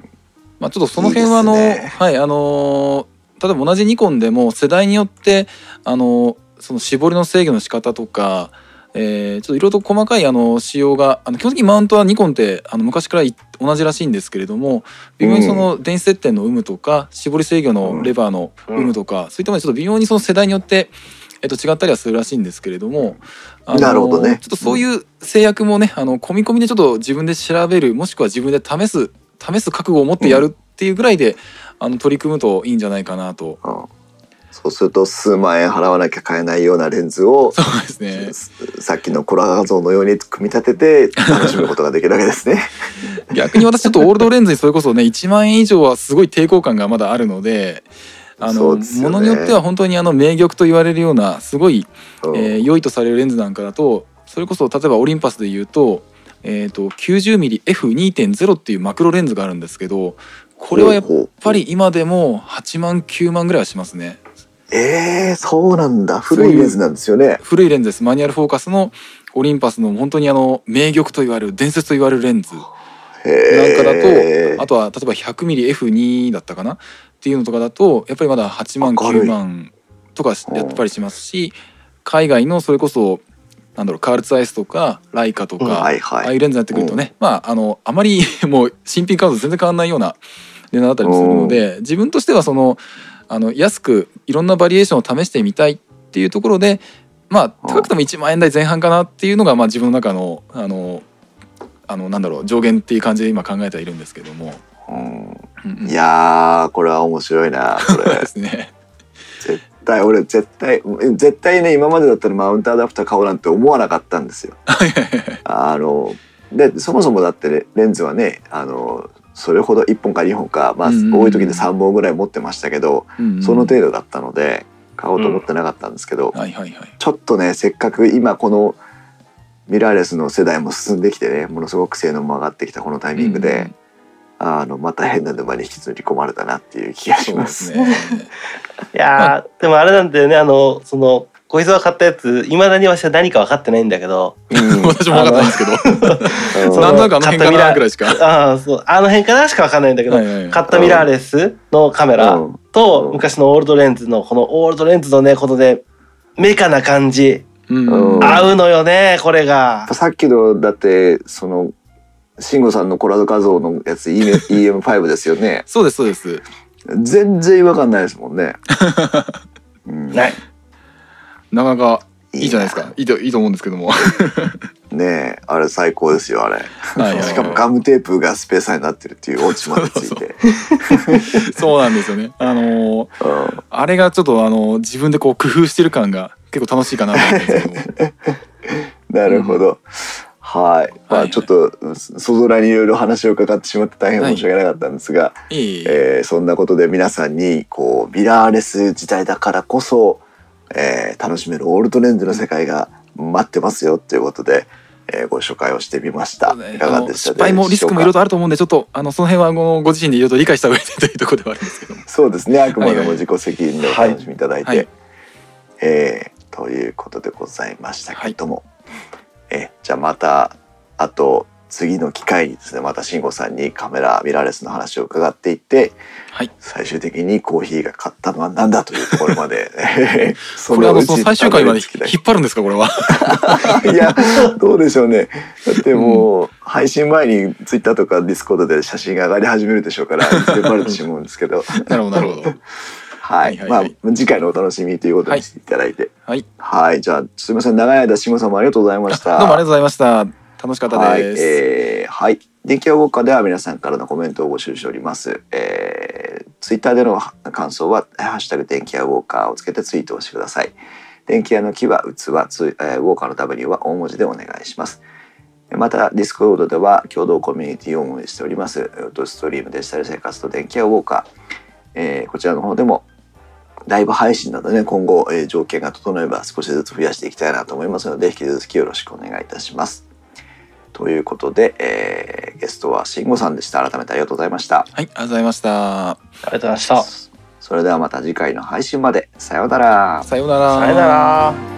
まあ、ちょっとその辺はあの、ね、はいあの例えば同じニコンでも世代によってあのその絞りの制御の仕方とか、えー、ちょっといろいろと細かいあの仕様があの基本的にマウントはニコンってあの昔から同じらしいんですけれども、微妙にその電子接点の有無とか絞り制御のレバーの有無とか、うん、そういったものでちょっと微妙にその世代によって、えっと、違ったりはするらしいんですけれども、あのなるほどね。 ちょっとそういう制約もねあの込み込みでちょっと自分で調べる、もしくは自分で試す試す覚悟を持ってやるっていうぐらいで、うん、あの取り組むといいんじゃないかなと。 うんそうすると数万円払わなきゃ買えないようなレンズをそうですね、 さっきのコラ画像のように組み立てて楽しむことができるわけですね。 逆に私ちょっとオールドレンズにそれこそねいちまんえん以上はすごい抵抗感がまだあるので、あの、ね、ものによっては本当にあの名玉と言われるようなすごい、うんえー、良いとされるレンズなんかだと、それこそ例えばオリンパスでいうと、えー、と きゅうじゅうミリエフにてんゼロ っていうマクロレンズがあるんですけど、これはやっぱり今でもはちまんきゅうまんぐらいはしますね。 えー、そうなんだ。古いレンズなんですよね。 古いレンズです。マニュアルフォーカスのオリンパスの本当にあの名玉と言われる伝説と言われるレンズなんかだと、あとは例えば ひゃくミリエフに だったかなっていうのとかだとやっぱりまだはちまんきゅうまんとかやっぱりしますし、海外のそれこそなんだろうカール ツーアイエス とかライカとか、うんはいはい、ああいうレンズになってくるとね、うん、まああのあまりもう新品買うと全然変わらないような値段だったりもするので、自分としてはそのあの安くいろんなバリエーションを試してみたいっていうところで、まあ高くてもいちまんえん台前半かなっていうのがまあ自分の中のあのあのなんだろう上限っていう感じで今考えてはいるんですけども、 うんうん、いやーこれは面白いなこれですね。 絶対俺絶対絶対ね今までだったらマウントアダプター買おうなんて思わなかったんですよ。あのでそもそもだって、レンズはねあのそれほどいっぽんかにほんか、まあ、多い時でさんぼんぐらい持ってましたけど、うんうん、その程度だったので買おうと思ってなかったんですけど、ちょっとねせっかく今このミラーレスの世代も進んできてねものすごく性能も上がってきたこのタイミングで、うん、あのまた変な沼に引きずり込まれたなっていう気がします。 そうですね。いやでもあれなんだよね、あのその小磯が買ったやついまだに私は何か分かってないんだけど、 うん、私も分かってないんですけどなんとなくあの辺かなぐらいしかあそうあの辺かなしか分かんないんだけど、はいはいはい、買ったミラーレスのカメラと昔のオールドレンズのこのオールドレンズのねこのねメカな感じ、うん、合うのよねこれが。 さっきのだってその慎吾さんのコラ画像のやつ イーエムファイブ ですよね。 そうですそうです。 全然違和感ないですもんね。 うん、ないなかなかいいじゃないですか。いいといいと思うんですけども。 ねえあれ最高ですよあれ。はいはいはい、しかもガムテープがスペーサーになってるっていうオチまでついて。 そうなんですよね。あのーうん、あれがちょっとあのー、自分でこう工夫してる感が結構楽しいかなと思うんですけども。 なるほど。うんはい、まあ、ちょっとそぞらにいろいろ話を伺ってしまって大変申し訳なかったんですが、はいえー、そんなことで皆さんにこうミラーレス時代だからこそ、えー、楽しめるオールドレンズの世界が待ってますよということで、えー、ご紹介をしてみました。 ね、いかがでしたでしょうか。失敗もリスクもいろいろとあると思うんでちょっとあのその辺はご自身でいろいろと理解した上でというところではあるんですけども。 そうですね、あくまでも自己責任でお楽しみいただいて、はいはいえー、ということでございましたけれども、はいえじゃあまたあと次の機会にですねまた慎吾さんにカメラミラーレスの話を伺っていって、はい、最終的にコーヒーが買ったのは何だというところまでそこれはその最終回まで引っ張るんですかこれは。 いやどうでしょうね。だってもう、うん、配信前にツイッターとかディスコードで写真が上がり始めるでしょうからいつでバレてしまうんですけど。 なるほどなるほど。 はい、はいはいはい、まあ次回のお楽しみということにしていただいて、はい、はいはい、じゃあすみません長い間慎吾さんもありがとうございました。 どうもありがとうございました。楽しかったです。 はい、えー、はい、電気屋ウォーカーでは皆さんからのコメントを募集しております。えー、ツイッターでの感想はハッシュタグ電気屋ウォーカーをつけてツイートをしてください。電気屋の木は器、つえー、ウォーカーの W は大文字でお願いします。またディスコードでは共同コミュニティを運営しております。ウッドストリームデジタル生活と電気屋ウォーカー、えー、こちらの方でもライブ配信などね今後、えー、条件が整えば少しずつ増やしていきたいなと思いますので引き続きよろしくお願いいたします。ということで、えー、ゲストは慎吾さんでした。改めてありがとうございました。 はい、ありがとうございました。 ありがとうございました。 それではまた次回の配信まで。さようなら。 さようなら。 さようなら。